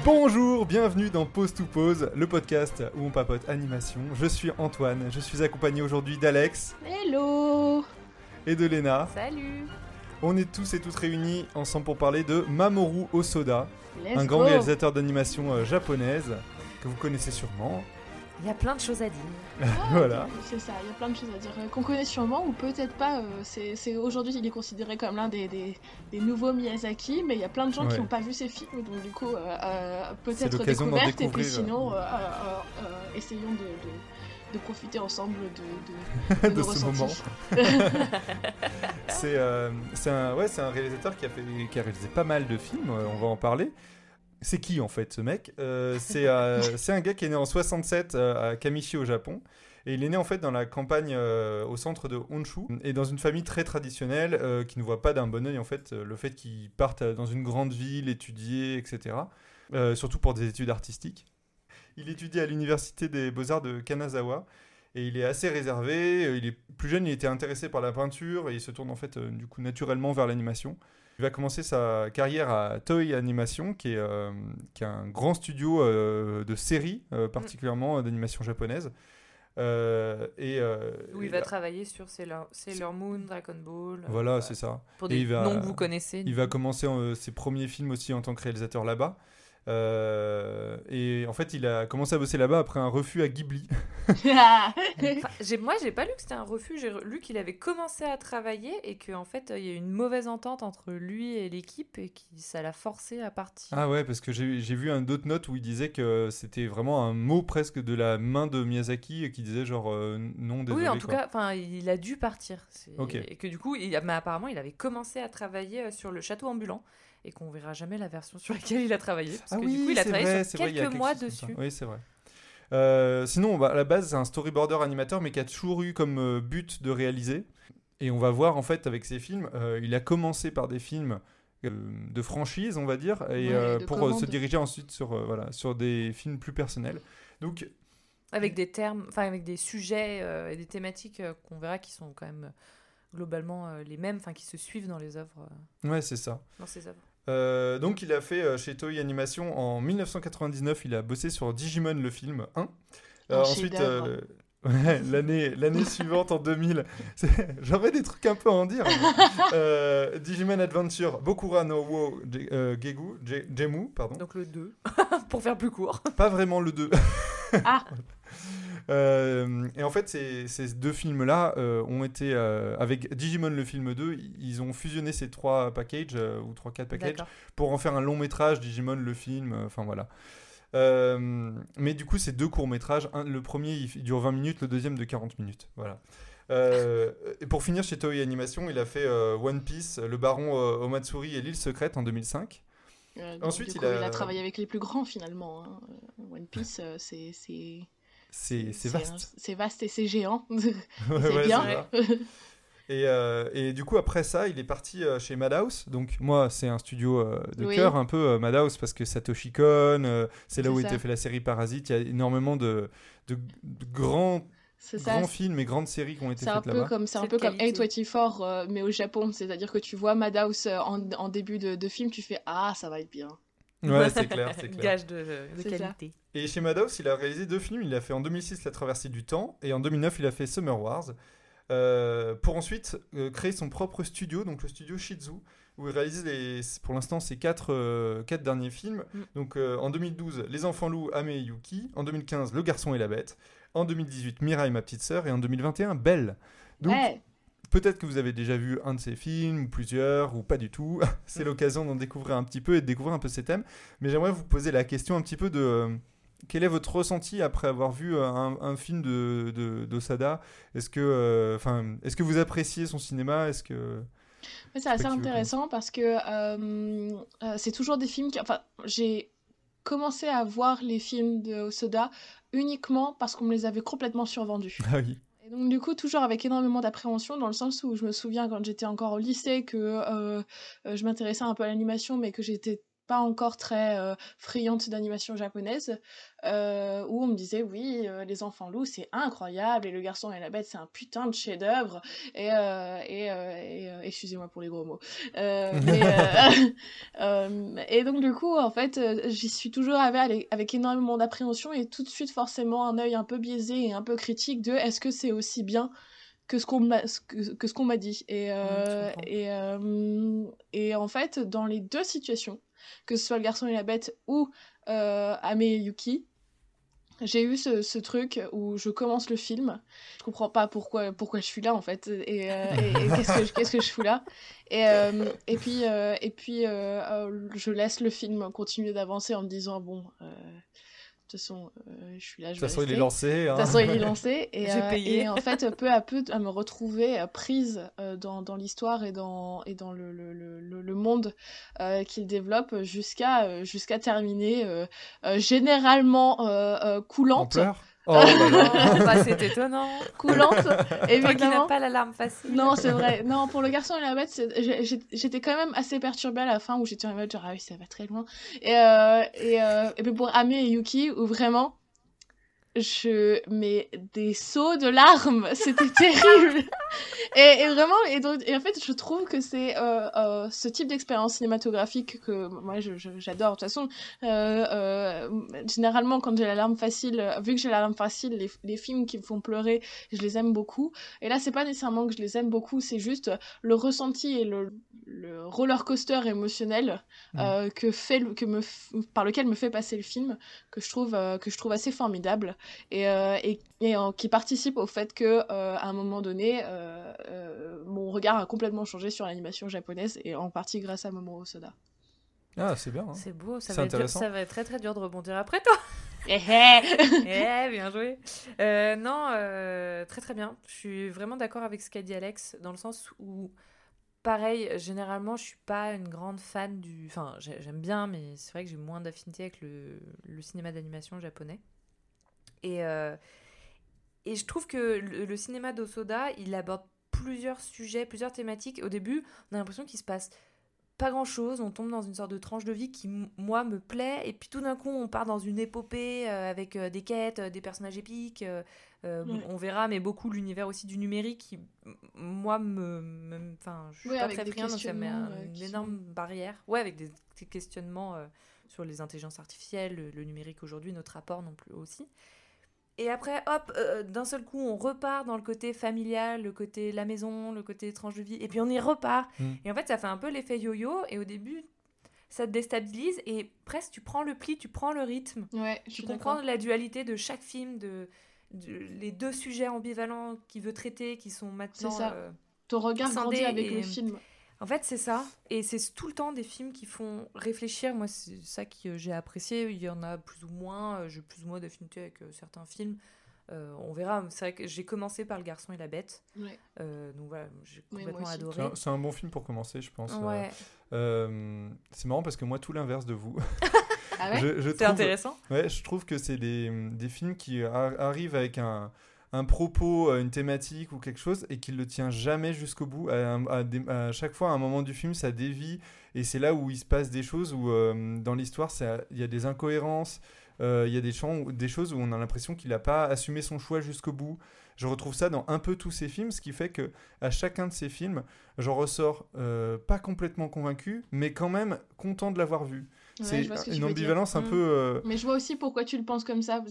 Bonjour, bienvenue dans Pause to Pause, le podcast où on papote animation. Je suis Antoine, je suis accompagné aujourd'hui d'Alex. Hello. Et de Léna. Salut. On est tous et toutes réunis ensemble pour parler de Mamoru Hosoda, Let's un grand go. réalisateur d'animation japonaise que vous connaissez sûrement. Il y a plein de choses à dire. Voilà. C'est ça, il y a plein de choses à dire qu'on connaît sûrement ou peut-être pas. C'est aujourd'hui, il est considéré comme l'un des nouveaux Miyazaki, mais il y a plein de gens qui n'ont pas vu ses films, donc du coup, peut-être l'occasion d'en découverte, et puis découvrir. sinon, essayons de profiter ensemble de De nos ce ressentis. C'est un réalisateur qui a réalisé pas mal de films, on va en parler. C'est qui en fait ce mec c'est un gars qui est né en 67 à Kamichi au Japon. Et il est né en fait dans la campagne au centre de Honshu et dans une famille très traditionnelle qui ne voit pas d'un bon oeil en fait le fait qu'il parte dans une grande ville étudier, etc. Surtout pour des études artistiques. Il étudie à l'université des Beaux-Arts de Kanazawa et il est assez réservé. Il est plus jeune, il était intéressé par la peinture et il se tourne en fait du coup naturellement vers l'animation. Il va commencer sa carrière à Toei Animation, qui est un grand studio de séries, particulièrement d'animation japonaise. Où il va travailler sur Sailor Moon, Dragon Ball. Voilà, c'est ça. Pour des noms que vous connaissez. Il va commencer ses premiers films aussi en tant que réalisateur là-bas. Et en fait, il a commencé à bosser là-bas après un refus à Ghibli. Moi, j'ai pas lu que c'était un refus. J'ai lu qu'il avait commencé à travailler et qu'en fait, il y a eu une mauvaise entente entre lui et l'équipe et que ça l'a forcé à partir. Ah ouais, parce que j'ai vu un d'autres notes où il disait que c'était vraiment un mot presque de la main de Miyazaki et qui disait genre non, désolé. Oui, en tout cas, il a dû partir. Okay. Et que du coup, mais apparemment, il avait commencé à travailler sur le château ambulant. Et qu'on verra jamais la version sur laquelle il a travaillé. Parce que du coup, il a travaillé sur quelques mois dessus. Oui, c'est vrai. Sinon, à la base, c'est un storyboarder animateur, mais qui a toujours eu comme but de réaliser. Et on va voir, en fait, avec ses films, il a commencé par des films de franchise, on va dire, et pour se diriger ensuite sur des films plus personnels. Donc, avec des termes, avec des sujets et des thématiques qu'on verra qui sont quand même globalement les mêmes, qui se suivent dans les œuvres. Ouais, c'est ça. Dans ses œuvres. Donc il a fait chez Toei Animation en 1999, il a bossé sur Digimon le film 1. Ensuite, l'année suivante en 2000, j'aurais des trucs un peu à en dire. Digimon Adventure Bokura no wo Gemu, pardon. Donc le 2, pour faire plus court. Pas vraiment le 2. Ah. Et en fait, ces deux films-là ont été avec Digimon le film 2, ils ont fusionné ces trois packages ou 3-4 packages pour en faire un long métrage, Digimon le film, voilà. Mais du coup, c'est deux courts-métrages. Le premier, il dure 20 minutes, le deuxième de 40 minutes. Voilà. Et pour finir, chez Toei Animation, il a fait One Piece, Le Baron Omatsuri et l'île secrète en 2005. Ensuite, il a travaillé avec les plus grands finalement. Hein. One Piece, c'est vaste. C'est vaste et c'est géant. C'est bien. Et du coup, après ça, il est parti chez Madhouse. Donc, moi, c'est un studio de cœur, un peu Madhouse, parce que Satoshi Kon, c'est là où était fait la série Parasite. Il y a énormément de grands films et grandes séries qui ont été faites là-bas. C'est un peu comme A24, mais au Japon. C'est-à-dire que tu vois Madhouse en début de film, tu fais « Ah, ça va être bien ». Ouais, c'est clair. Gage de qualité. Et chez Madhouse, il a réalisé 2 films. Il a fait en 2006 La Traversée du Temps et en 2009, il a fait Summer Wars. Pour ensuite créer son propre studio, donc le studio Shizu, où il réalise pour l'instant ses 4 derniers films. Donc en 2012, Les Enfants Loups, Ame et Yuki. En 2015, Le Garçon et la Bête. En 2018, Mirai, ma petite sœur. Et en 2021, Belle. Donc, peut-être que vous avez déjà vu un de ces films, ou plusieurs, ou pas du tout. C'est l'occasion d'en découvrir un petit peu et de découvrir un peu ces thèmes. Mais j'aimerais vous poser la question un petit peu de... quel est votre ressenti après avoir vu un film d'Osada ? Est-ce que vous appréciez son cinéma ? C'est assez intéressant parce que c'est toujours des films j'ai commencé à voir les films de Hosoda uniquement parce qu'on me les avait complètement survendus. Ah oui. Et donc du coup, toujours avec énormément d'appréhension, dans le sens où je me souviens quand j'étais encore au lycée que je m'intéressais un peu à l'animation, mais que j'étais pas encore très friande d'animation japonaise, où on me disait oui, Les Enfants Loups c'est incroyable et Le Garçon et la Bête c'est un putain de chef-d'œuvre et excusez-moi pour les gros mots. Et donc du coup en fait j'y suis toujours arrivée avec énormément d'appréhension et tout de suite forcément un œil un peu biaisé et un peu critique de est-ce que c'est aussi bien que ce qu'on m'a dit. Et en fait, dans les deux situations, que ce soit Le Garçon et la Bête ou Ame et Yuki, j'ai eu ce truc où je commence le film, je comprends pas pourquoi je suis là en fait, et qu'est-ce que je fous là, et puis je laisse le film continuer d'avancer en me disant bon. De toute façon, je suis là, je vais rester. De toute façon, il est lancé. De toute façon, il est lancé. Et en fait, peu à peu, à me retrouver prise dans l'histoire et dans le monde qu'il développe jusqu'à terminer généralement coulante. En pleurs. Oh, bah c'est étonnant. Coulante, évidemment. Toi qui n'as pas l'alarme facile. Non, c'est vrai. Non, pour Le Garçon et la Bête, j'étais quand même assez perturbée à la fin où j'étais en mode genre ah oui, ça va très loin. Et puis pour Ame et Yuki où vraiment je mets des sauts de larmes, c'était terrible. et vraiment et en fait je trouve que c'est ce type d'expérience cinématographique que moi j'adore. De toute façon généralement quand j'ai la larme facile, vu que j'ai la larme facile, les films qui me font pleurer je les aime beaucoup, et là c'est pas nécessairement que je les aime beaucoup, c'est juste le ressenti et le roller coaster émotionnel par lequel me fait passer le film, que je trouve assez formidable, et qui participe au fait que à un moment donné mon regard a complètement changé sur l'animation japonaise, et en partie grâce à Mamoru Hosoda. Ah, c'est bien. Hein. C'est beau, ça va être très très dur de rebondir après toi. Bien joué. Très très bien. Je suis vraiment d'accord avec ce qu'a dit Alex, dans le sens où pareil, généralement, je suis pas une grande fan du... Enfin, j'aime bien, mais c'est vrai que j'ai moins d'affinité avec le cinéma d'animation japonais. Et je trouve que le cinéma d'Hosoda, il aborde plusieurs sujets, plusieurs thématiques. Au début, on a l'impression qu'il se passe pas grand-chose. On tombe dans une sorte de tranche de vie qui, moi, me plaît. Et puis tout d'un coup, on part dans une épopée avec des quêtes, des personnages épiques. On verra, mais beaucoup l'univers aussi du numérique qui, moi, je suis pas très friande, donc ça met une énorme barrière. Ouais, avec des questionnements sur les intelligences artificielles, le numérique aujourd'hui, notre rapport non plus aussi. Et après, hop, d'un seul coup, on repart dans le côté familial, le côté la maison, le côté tranche de vie, et puis on y repart. Et en fait, ça fait un peu l'effet yo-yo, et au début, ça te déstabilise, et presque tu prends le pli, tu prends le rythme. Ouais, tu comprends la dualité de chaque film, les deux sujets ambivalents qu'il veut traiter, qui sont maintenant... C'est ça. Ton regard grandit avec le film. En fait, c'est ça. Et c'est tout le temps des films qui font réfléchir. Moi, c'est ça que j'ai apprécié. Il y en a plus ou moins. J'ai plus ou moins d'affinité avec certains films. On verra. C'est vrai que j'ai commencé par Le Garçon et la Bête. Ouais. Donc voilà, j'ai complètement adoré. C'est un bon film pour commencer, je pense. Ouais. C'est marrant parce que moi, tout l'inverse de vous. Ah ouais c'est intéressant. Ouais, je trouve que c'est des films qui arrivent avec un propos, une thématique ou quelque chose, et qu'il le tient jamais jusqu'au bout. À chaque fois, à un moment du film, ça dévie, et c'est là où il se passe des choses où dans l'histoire, il y a des incohérences, il y a des choses où on a l'impression qu'il n'a pas assumé son choix jusqu'au bout. Je retrouve ça dans un peu tous ces films, ce qui fait que à chacun de ces films, j'en ressors pas complètement convaincu, mais quand même content de l'avoir vu. Ouais, c'est une ambivalence un peu... Mais je vois aussi pourquoi tu le penses comme ça.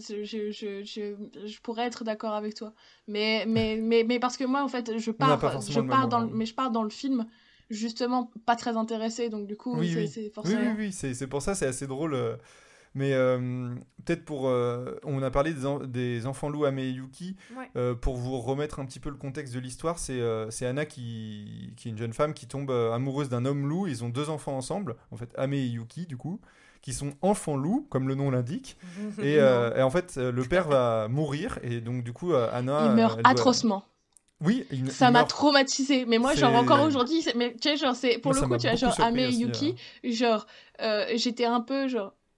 Je pourrais être d'accord avec toi. Mais parce que moi, en fait, je pars dans le film, justement, pas très intéressée. Donc, du coup, c'est forcément... Oui, c'est pour ça, c'est assez drôle. Mais peut-être on a parlé des enfants loups Ame et Yuki. Ouais. Pour vous remettre un petit peu le contexte de l'histoire, c'est Anna qui est une jeune femme qui tombe amoureuse d'un homme loup. Ils ont 2 enfants ensemble, en fait Ame et Yuki du coup, qui sont enfants loups comme le nom l'indique. et en fait le père va mourir, et donc du coup Anna... Il meurt atrocement. Oui, ça m'a traumatisé, mais moi genre encore aujourd'hui, mais tu sais genre c'est pour le coup tu vois genre Ame et Yuki, genre j'étais un peu genre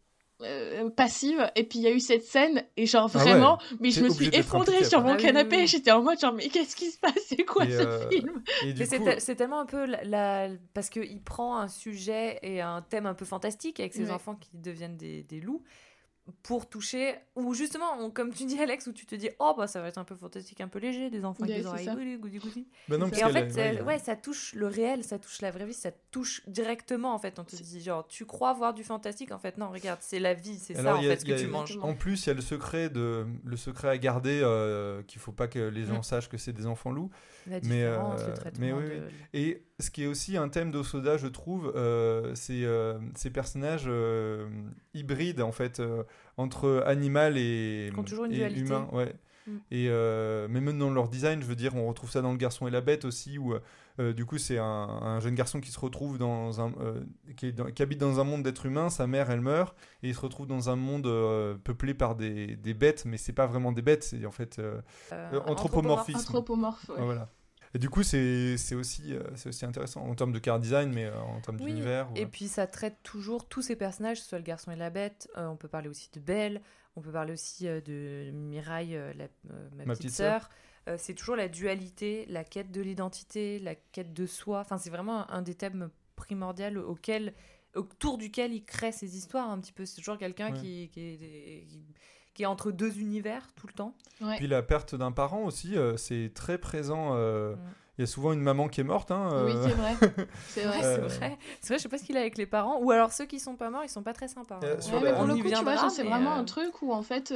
passive, et puis il y a eu cette scène, et genre vraiment, mais je me suis effondrée sur mon canapé, j'étais en mode genre, mais qu'est-ce qui se passe, c'est quoi ce film? Mais c'est tellement un peu parce qu'il prend un sujet et un thème un peu fantastique avec ses enfants qui deviennent des loups, pour toucher, ou justement, comme tu dis Alex, où tu te dis oh bah ça va être un peu fantastique, un peu léger, des enfants qui ont goudi. Bah non, et en fait ça touche le réel, ça touche la vraie vie, ça touche directement en fait. On te dit genre tu crois voir du fantastique, en fait non, regarde, c'est la vie, c'est ça en fait ce que tu manges. En plus il y a le secret à garder, qu'il faut pas que les gens sachent que c'est des enfants loups. La différence, le traitement Et ce qui est aussi un thème d'Hosoda, je trouve, c'est ces personnages hybrides en fait, entre animal et humain. Ouais. Et même dans leur design, je veux dire, on retrouve ça dans Le Garçon et la Bête aussi, où du coup c'est un jeune garçon qui se retrouve qui habite dans un monde d'êtres humains, sa mère elle meurt, et il se retrouve dans un monde peuplé par des bêtes, mais c'est pas vraiment des bêtes, c'est en fait anthropomorphisme. Anthropomorphe, ouais. Voilà. Et du coup, c'est aussi intéressant en termes de car design, mais en termes d'univers. Et puis ça traite toujours tous ces personnages, que ce soit Le Garçon et la Bête. On peut parler aussi de Belle, on peut parler aussi de Mireille, ma petite sœur. C'est toujours la dualité, la quête de l'identité, la quête de soi. Enfin, c'est vraiment un des thèmes primordiaux autour duquel il crée ses histoires un petit peu. C'est toujours quelqu'un qui est entre deux univers tout le temps. Ouais. Puis la perte d'un parent aussi, c'est très présent. Il y a souvent une maman qui est morte. Oui, c'est vrai. C'est vrai, je sais pas ce qu'il a avec les parents. Ou alors ceux qui sont pas morts, ils sont pas très sympas. Mais pour le coup, tu vois, c'est vraiment un truc où en fait,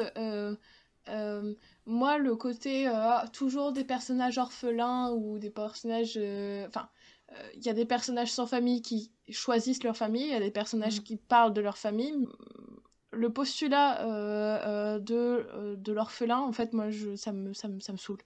moi, le côté toujours des personnages orphelins ou des personnages... il y a des personnages sans famille qui choisissent leur famille, il y a des personnages qui parlent de leur famille. Le postulat de l'orphelin, en fait, moi, ça me saoule.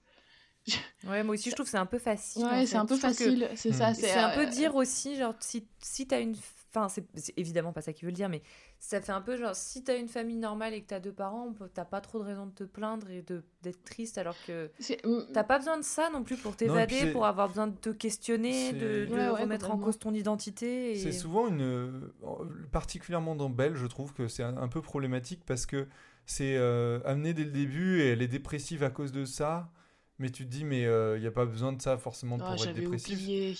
Ouais, moi aussi, je trouve que c'est un peu facile. Ouais, c'est un peu facile, c'est ça. C'est un peu dire aussi, genre, si t'as une... Enfin, c'est évidemment pas ça qu'il veut le dire, mais ça fait un peu genre, si t'as une famille normale et que t'as 2 parents, t'as pas trop de raison de te plaindre et d'être triste, alors que t'as pas besoin de ça non plus pour t'évader, pour avoir besoin de te questionner, de remettre en cause ton identité. C'est souvent particulièrement dans Belle, je trouve que c'est un peu problématique parce que c'est amené dès le début et elle est dépressive à cause de ça. Mais tu te dis, mais il n'y a pas besoin de ça forcément pour être dépressif.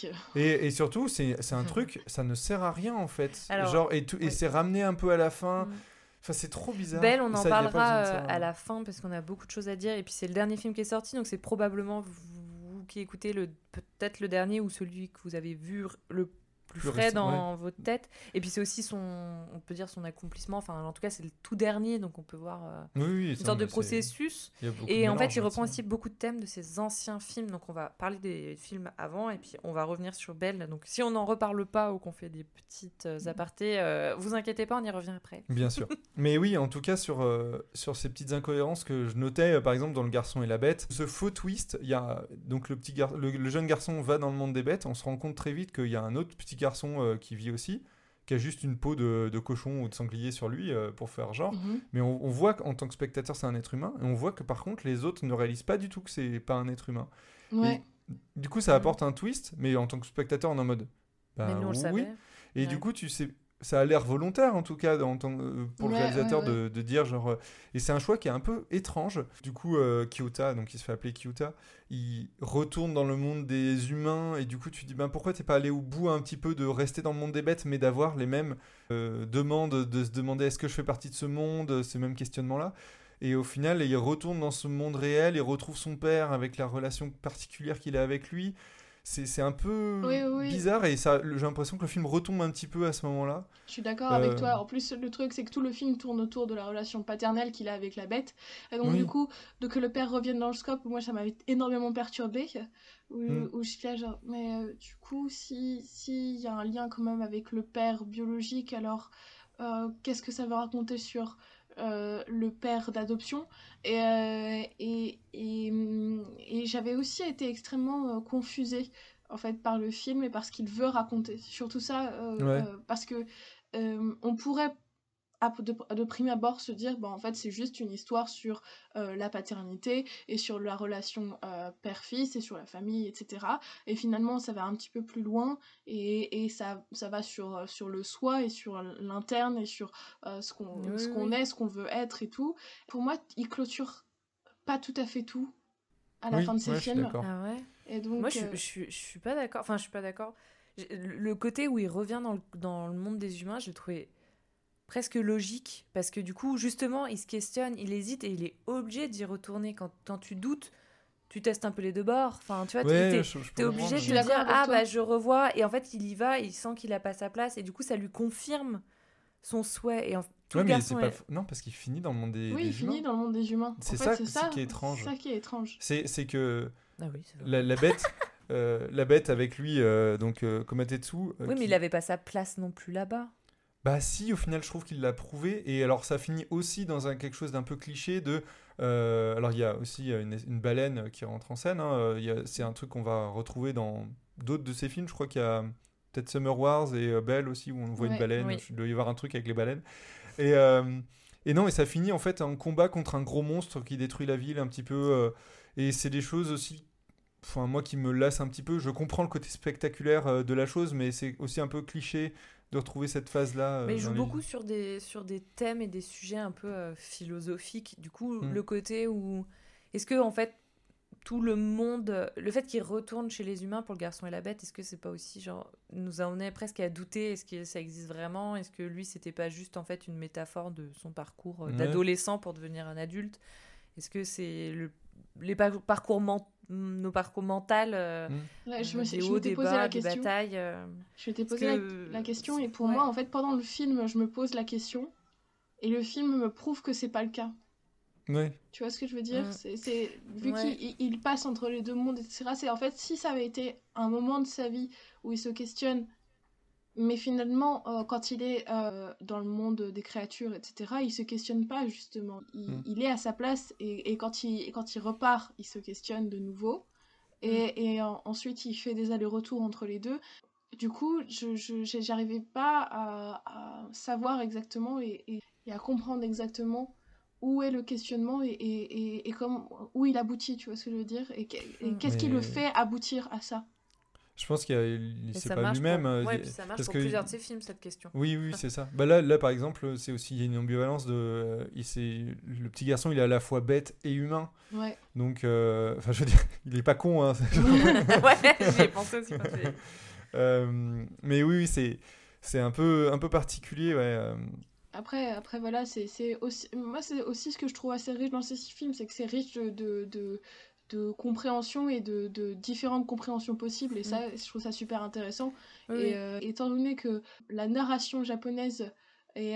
Et surtout, c'est un truc, ça ne sert à rien en fait. Alors, genre, et c'est ramené un peu à la fin. Enfin, c'est trop bizarre. Belle, on en parlera à la fin parce qu'on a beaucoup de choses à dire. Et puis, c'est le dernier film qui est sorti, donc c'est probablement vous qui écoutez peut-être le dernier ou celui que vous avez vu le plus frais dans votre tête. Et puis c'est aussi on peut dire son accomplissement, enfin en tout cas c'est le tout dernier, donc on peut voir une sorte de processus. Et en fait il reprend aussi beaucoup de thèmes de ses anciens films, donc on va parler des films avant et puis on va revenir sur Belle. Donc si on n'en reparle pas ou qu'on fait des petites apartés, vous inquiétez pas, on y revient après. Bien sûr. Mais oui, en tout cas sur ces petites incohérences que je notais, par exemple dans Le Garçon et la Bête, ce faux twist, il y a donc le jeune garçon va dans le monde des bêtes, on se rend compte très vite qu'il y a un autre petit garçon qui vit aussi, qui a juste une peau de cochon ou de sanglier sur lui pour faire genre. Mais on voit qu'en tant que spectateur c'est un être humain, et on voit que par contre les autres ne réalisent pas du tout que c'est pas un être humain. Ouais. Et, du coup ça apporte un twist, mais en tant que spectateur on est en mode mais nous on le savait. Et du coup tu sais, ça a l'air volontaire en tout cas pour le réalisateur de dire genre et c'est un choix qui est un peu étrange. Du coup Kyota, donc il se fait appeler Kyota, il retourne dans le monde des humains et du coup tu te dis pourquoi t'es pas allé au bout un petit peu de rester dans le monde des bêtes mais d'avoir les mêmes demandes, de se demander est-ce que je fais partie de ce monde, ces mêmes questionnements là. Et au final il retourne dans ce monde réel, il retrouve son père avec la relation particulière qu'il a avec lui. C'est un peu bizarre et ça, j'ai l'impression que le film retombe un petit peu à ce moment-là. Je suis d'accord avec toi. En plus, le truc, c'est que tout le film tourne autour de la relation paternelle qu'il a avec la bête. Et donc, du coup, que le père revienne dans le scope, moi, ça m'avait énormément perturbée. Où je suis là, genre, mais du coup, si y a un lien quand même avec le père biologique, alors qu'est-ce que ça va raconter sur le père d'adoption et j'avais aussi été extrêmement confusée en fait par le film et par ce qu'il veut raconter, surtout ça parce que on pourrait de prime abord se dire en fait c'est juste une histoire sur la paternité et sur la relation père-fils et sur la famille, etc. Et finalement ça va un petit peu plus loin et ça va sur le soi et sur l'interne et sur ce qu'on est, ce qu'on veut être et tout. Pour moi, il clôture pas tout à fait tout à la fin de ses films. Ah ouais. Et donc, moi je suis pas d'accord. Enfin, je suis pas d'accord. Le côté où il revient dans le monde des humains, je le trouvais presque logique, parce que du coup, justement, il se questionne, il hésite, et il est obligé d'y retourner. Quand tu doutes, tu testes un peu les deux bords. Enfin, tu vois, t'es obligé de te dire, je revois. Et en fait, il y va, il sent qu'il a pas sa place, et du coup, ça lui confirme son souhait. Et mais c'est pas non, parce qu'il finit dans le monde des humains. Oui, il finit dans le monde des humains. C'est ça qui est étrange. C'est ça qui est étrange. C'est que ah oui, c'est la bête... la bête avec lui, Komatetsu... oui, mais il avait pas sa place non plus là-bas. Bah si, au final, je trouve qu'il l'a prouvé. Et alors, ça finit aussi dans quelque chose d'un peu cliché de... alors, il y a aussi une baleine qui rentre en scène. Hein, c'est un truc qu'on va retrouver dans d'autres de ses films. Je crois qu'il y a peut-être Summer Wars et Belle aussi, où on voit une baleine. Oui. Il doit y avoir un truc avec les baleines. Et non, et ça finit en fait en combat contre un gros monstre qui détruit la ville un petit peu. Et c'est des choses aussi... Enfin, moi qui me lasse un petit peu, je comprends le côté spectaculaire de la chose, mais c'est aussi un peu cliché de retrouver cette phase-là. Mais il joue beaucoup sur des thèmes et des sujets un peu philosophiques. Du coup, le côté où... Est-ce que, en fait, tout le monde... Le fait qu'il retourne chez les humains pour le garçon et la bête, est-ce que c'est pas aussi, genre, nous emmenait presque à douter, est-ce que ça existe vraiment ? Est-ce que lui, c'était pas juste, en fait, une métaphore de son parcours d'adolescent pour devenir un adulte ? Est-ce que c'est nos parcours mentaux, je m'étais posé la question. Batailles, je m'étais posé la question et pour moi, en fait, pendant le film, je me pose la question et le film me prouve que c'est pas le cas. Ouais. Tu vois ce que je veux dire ? Vu qu'il passe entre les deux mondes, etc. C'est en fait, si ça avait été un moment de sa vie où il se questionne, mais finalement, quand il est dans le monde des créatures, etc., il se questionne pas, justement. Il est à sa place, et quand il repart, il se questionne de nouveau. Et ensuite, il fait des allers-retours entre les deux. Du coup, j'arrivais pas à savoir exactement et à comprendre exactement où est le questionnement et où il aboutit, tu vois ce que je veux dire ? Et qu'est-ce qui le fait aboutir à ça ? Je pense qu'il c'est pas lui-même. Ouais, puis ça marche pour plusieurs de ses films, cette question. Oui, c'est ça. Bah là, par exemple, c'est aussi, il y a une ambivalence de... le petit garçon, il est à la fois bête et humain. Ouais. Donc, je veux dire, il est pas con. Hein. Ouais, j'y ai pensé aussi. Mais oui, c'est un peu particulier, ouais. Après voilà, c'est aussi... Moi, c'est aussi ce que je trouve assez riche dans ces films, c'est que c'est riche de compréhension et de différentes compréhensions possibles, et ça, je trouve ça super intéressant. Oui. Et étant donné que la narration japonaise et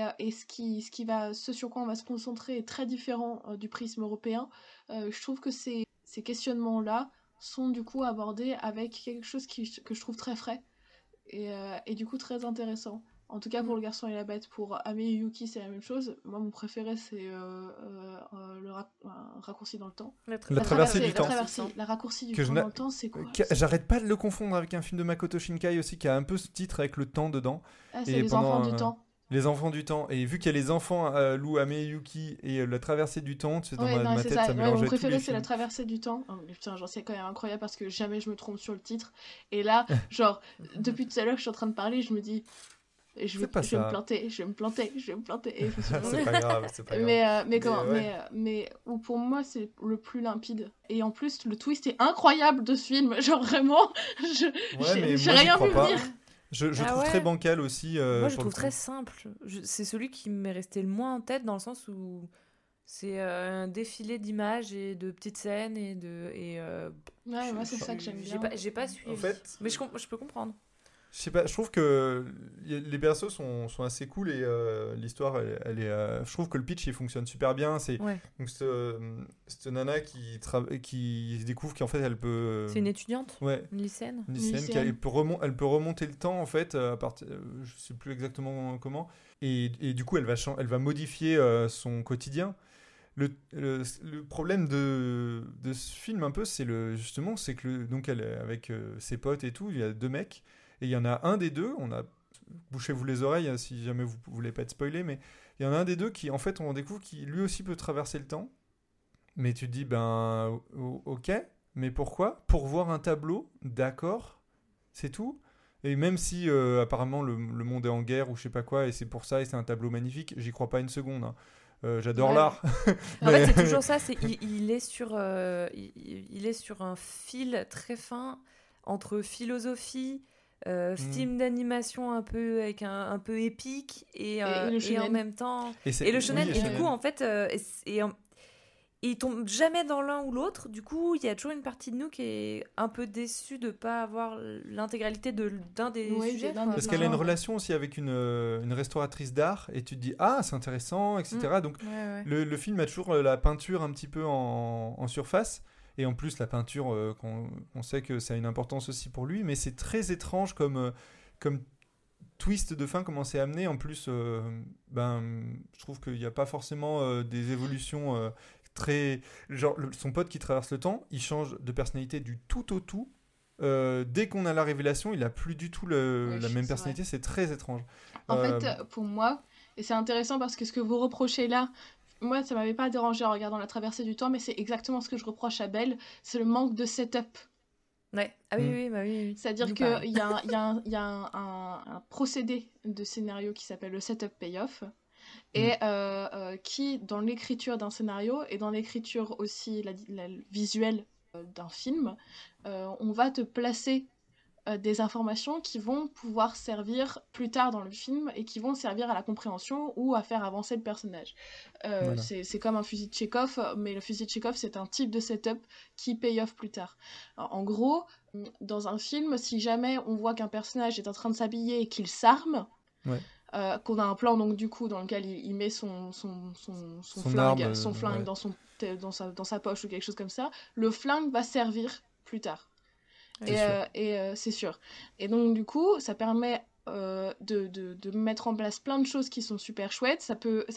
ce sur quoi on va se concentrer est très différent du prisme européen, je trouve que ces questionnements-là sont du coup abordés avec quelque chose que je trouve très frais et du coup très intéressant. En tout cas, pour Le Garçon et la Bête, pour Ame et Yuki, c'est la même chose. Moi, mon préféré, c'est le raccourci dans le temps. La traversée du temps. La raccourci du temps dans le temps, c'est quoi ? J'arrête pas de le confondre avec un film de Makoto Shinkai aussi, qui a un peu ce titre avec le temps dedans. C'est Les Enfants du Temps. Les Enfants du Temps. Et vu qu'il y a les enfants, Lou, Ame et Yuki, et la traversée du temps, tu sais, dans ma tête, ça mélangeait mon préféré, tous les c'est La Traversée du temps. Oh, putain, genre, c'est quand même incroyable parce que jamais je me trompe sur le titre. Et là, genre, depuis tout à l'heure que je suis en train de parler, je me dis... Et je vais me planter. Et je me suis c'est pas grave, mais pour moi, c'est le plus limpide. Et en plus, le twist est incroyable de ce film. Genre, vraiment, j'ai rien vu venir. Je trouve très bancal aussi. Moi, je trouve très simple. C'est celui qui m'est resté le moins en tête, dans le sens où c'est un défilé d'images et de petites scènes. Ouais, moi, c'est ça que j'aime bien. J'ai pas suivi. En fait, mais je peux comprendre. Je sais pas, je trouve que les persos sont assez cool et l'histoire, elle est. Je trouve que le pitch il fonctionne super bien. C'est donc cette nana qui découvre qu'en fait elle peut. C'est une étudiante. Ouais. Une lycéenne. Elle peut remonter le temps en fait à partir, je sais plus exactement comment. Et du coup elle va modifier son quotidien. Le problème de ce film un peu, c'est que donc elle est avec ses potes et tout, il y a deux mecs. Et il y en a un des deux, bouchez-vous les oreilles si jamais vous voulez pas être spoilé, mais il y en a un des deux qui, en fait, on découvre qui lui aussi peut traverser le temps. Mais tu te dis, ok, mais pourquoi ? Pour voir un tableau, d'accord, c'est tout. Et même si apparemment le monde est en guerre ou je sais pas quoi, et c'est pour ça, et c'est un tableau magnifique, j'y crois pas une seconde. Hein. J'adore l'art. En fait, c'est toujours ça. Il est sur un fil très fin entre philosophie, film d'animation un peu avec un peu épique et en même temps et le shonen. Et du coup, en fait, ils tombent jamais dans l'un ou l'autre. Du coup, il y a toujours une partie de nous qui est un peu déçue de pas avoir l'intégralité d'un des sujets. Parce qu'elle a une relation aussi avec une restauratrice d'art et tu te dis c'est intéressant, etc. Donc le film a toujours la peinture un petit peu en surface. Et en plus, la peinture, on sait que ça a une importance aussi pour lui, mais c'est très étrange comme twist de fin, comment c'est amené. En plus, je trouve qu'il n'y a pas forcément des évolutions très... Genre, son pote qui traverse le temps, il change de personnalité du tout au tout. Dès qu'on a la révélation, il n'a plus du tout la même personnalité. Vrai. C'est très étrange. En fait, pour moi, et c'est intéressant parce que ce que vous reprochez là, moi, ça m'avait pas dérangé en regardant La Traversée du Temps, mais c'est exactement ce que je reproche à Belle, c'est le manque de setup. Ouais. Ah oui. C'est-à-dire qu'il y a un procédé de scénario qui s'appelle le setup payoff, et qui, dans l'écriture d'un scénario et dans l'écriture aussi la visuelle d'un film, on va te placer des informations qui vont pouvoir servir plus tard dans le film et qui vont servir à la compréhension ou à faire avancer le personnage. Voilà. C'est comme un fusil de Tchekhov, mais le fusil de Tchekhov, c'est un type de setup qui paye off plus tard. Alors, en gros, dans un film, si jamais on voit qu'un personnage est en train de s'habiller et qu'il s'arme, qu'on a un plan donc du coup dans lequel il met son flingue dans sa poche ou quelque chose comme ça, le flingue va servir plus tard. C'est sûr. Et donc du coup, ça permet de mettre en place plein de choses qui sont super chouettes. Ça peut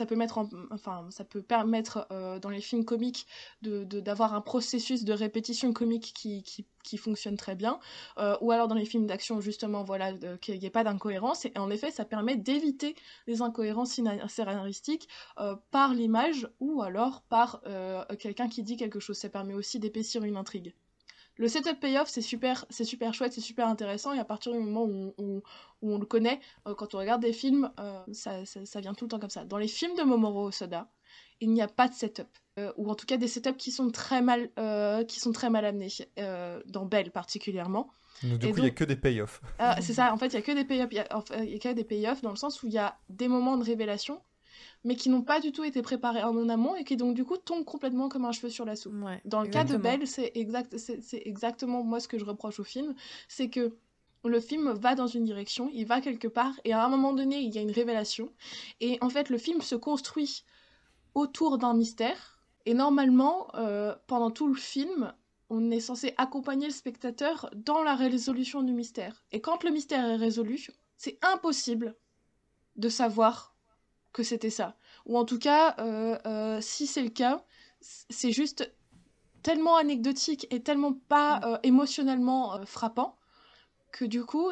permettre dans les films comiques d'avoir un processus de répétition comique qui fonctionne très bien. Ou alors dans les films d'action, justement, qu'il n'y ait pas d'incohérence. Et en effet, ça permet d'éviter les incohérences scénaristiques par l'image ou alors par quelqu'un qui dit quelque chose. Ça permet aussi d'épaissir une intrigue. Le setup payoff, c'est super chouette, c'est super intéressant, et à partir du moment où on le connaît, quand on regarde des films, ça vient tout le temps comme ça. Dans les films de Mamoru Hosoda, il n'y a pas de setup, ou en tout cas des setups qui sont très mal amenés, dans Belle particulièrement. Donc, il n'y a que des payoffs. C'est ça, en fait, il n'y a que des payoffs. Il y a que des payoffs dans le sens où il y a des moments de révélation, mais qui n'ont pas du tout été préparés en amont et qui donc du coup tombent complètement comme un cheveu sur la soupe. Ouais, dans le cas de Belle, c'est exactement moi ce que je reproche au film, c'est que le film va dans une direction, il va quelque part, et à un moment donné, il y a une révélation, et en fait, le film se construit autour d'un mystère, et normalement, pendant tout le film, on est censé accompagner le spectateur dans la résolution du mystère. Et quand le mystère est résolu, c'est impossible de savoir que c'était ça. Ou en tout cas, si c'est le cas, c'est juste tellement anecdotique et tellement pas émotionnellement frappant que du coup,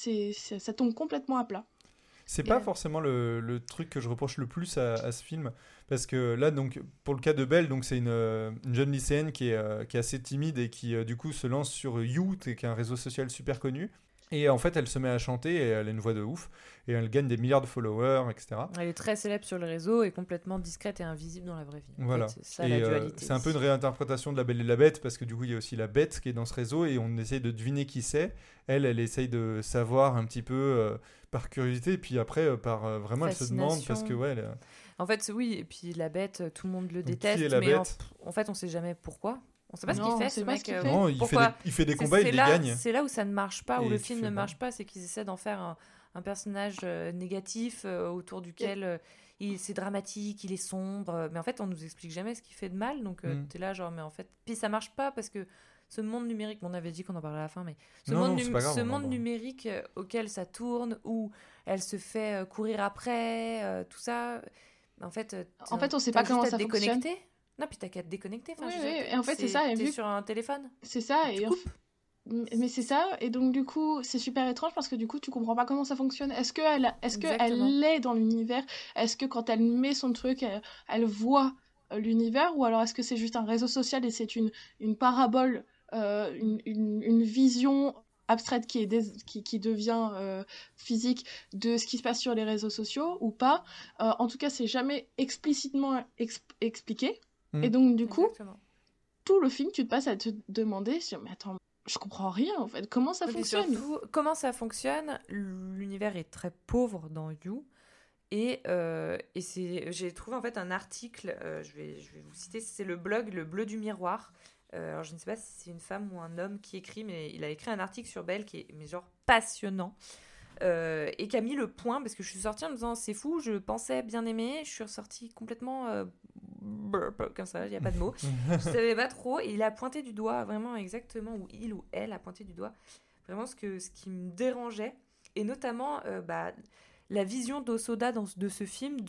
ça tombe complètement à plat. C'est pas forcément le truc que je reproche le plus à ce film, parce que là, donc, pour le cas de Belle, donc, c'est une jeune lycéenne qui est assez timide et qui, du coup, se lance sur You, qui est un réseau social super connu. Et en fait, elle se met à chanter et elle a une voix de ouf. Et elle gagne des milliards de followers, etc. Elle est très célèbre sur le réseau et complètement discrète et invisible dans la vraie vie. Voilà. En fait, c'est ça, la dualité. C'est un peu une réinterprétation de La Belle et la Bête, parce que du coup, il y a aussi la Bête qui est dans ce réseau et on essaye de deviner qui c'est. Elle essaye de savoir un petit peu par curiosité. Et puis après, vraiment, elle se demande parce que, ouais... En fait, oui. Et puis la Bête, tout le monde le déteste. Qui est la Bête ? En fait, on sait jamais pourquoi. On sait pas ce qu'il fait, ce mec. Non, il fait des combats, il les gagne. C'est là où ça ne marche pas, où le film ne marche pas, c'est qu'ils essaient d'en faire un personnage négatif autour duquel c'est dramatique, il est sombre. Mais en fait, on nous explique jamais ce qu'il fait de mal. Donc, t'es là, genre, mais en fait. Puis ça marche pas parce que ce monde numérique, on avait dit qu'on en parlait à la fin, mais ce monde numérique auquel ça tourne, où elle se fait courir après, tout ça. En fait, on sait pas comment ça fonctionne. Non, puis t'as qu'à te déconnecter. Oui, et en fait, c'est ça. T'es sur un téléphone. C'est ça. Mais c'est ça, et donc du coup, c'est super étrange parce que du coup, tu comprends pas comment ça fonctionne. Est-ce qu'elle Exactement. est dans l'univers? Est-ce que quand elle met son truc, elle voit l'univers? Ou alors est-ce que c'est juste un réseau social et c'est une parabole, une vision abstraite qui devient physique de ce qui se passe sur les réseaux sociaux ou pas? En tout cas, c'est jamais explicitement expliqué. Et Mm. donc du coup, Exactement. tout le film, tu te passes à te demander, mais attends, je comprends rien en fait. Comment ça Et puis fonctionne? surtout, comment ça fonctionne? L'univers est très pauvre dans You. J'ai trouvé en fait un article, je vais vous citer, c'est le blog Le Bleu du Miroir. Alors je ne sais pas si c'est une femme ou un homme qui écrit, mais il a écrit un article sur Belle qui est mais genre passionnant. Et qui a mis le point, parce que je suis sortie en me disant c'est fou, je pensais bien aimer, je suis ressortie complètement comme ça, il n'y a pas de mots. Je savais pas trop, et il a pointé du doigt vraiment exactement, ou il ou elle a pointé du doigt vraiment ce qui me dérangeait, et notamment la vision d'Osoda de ce film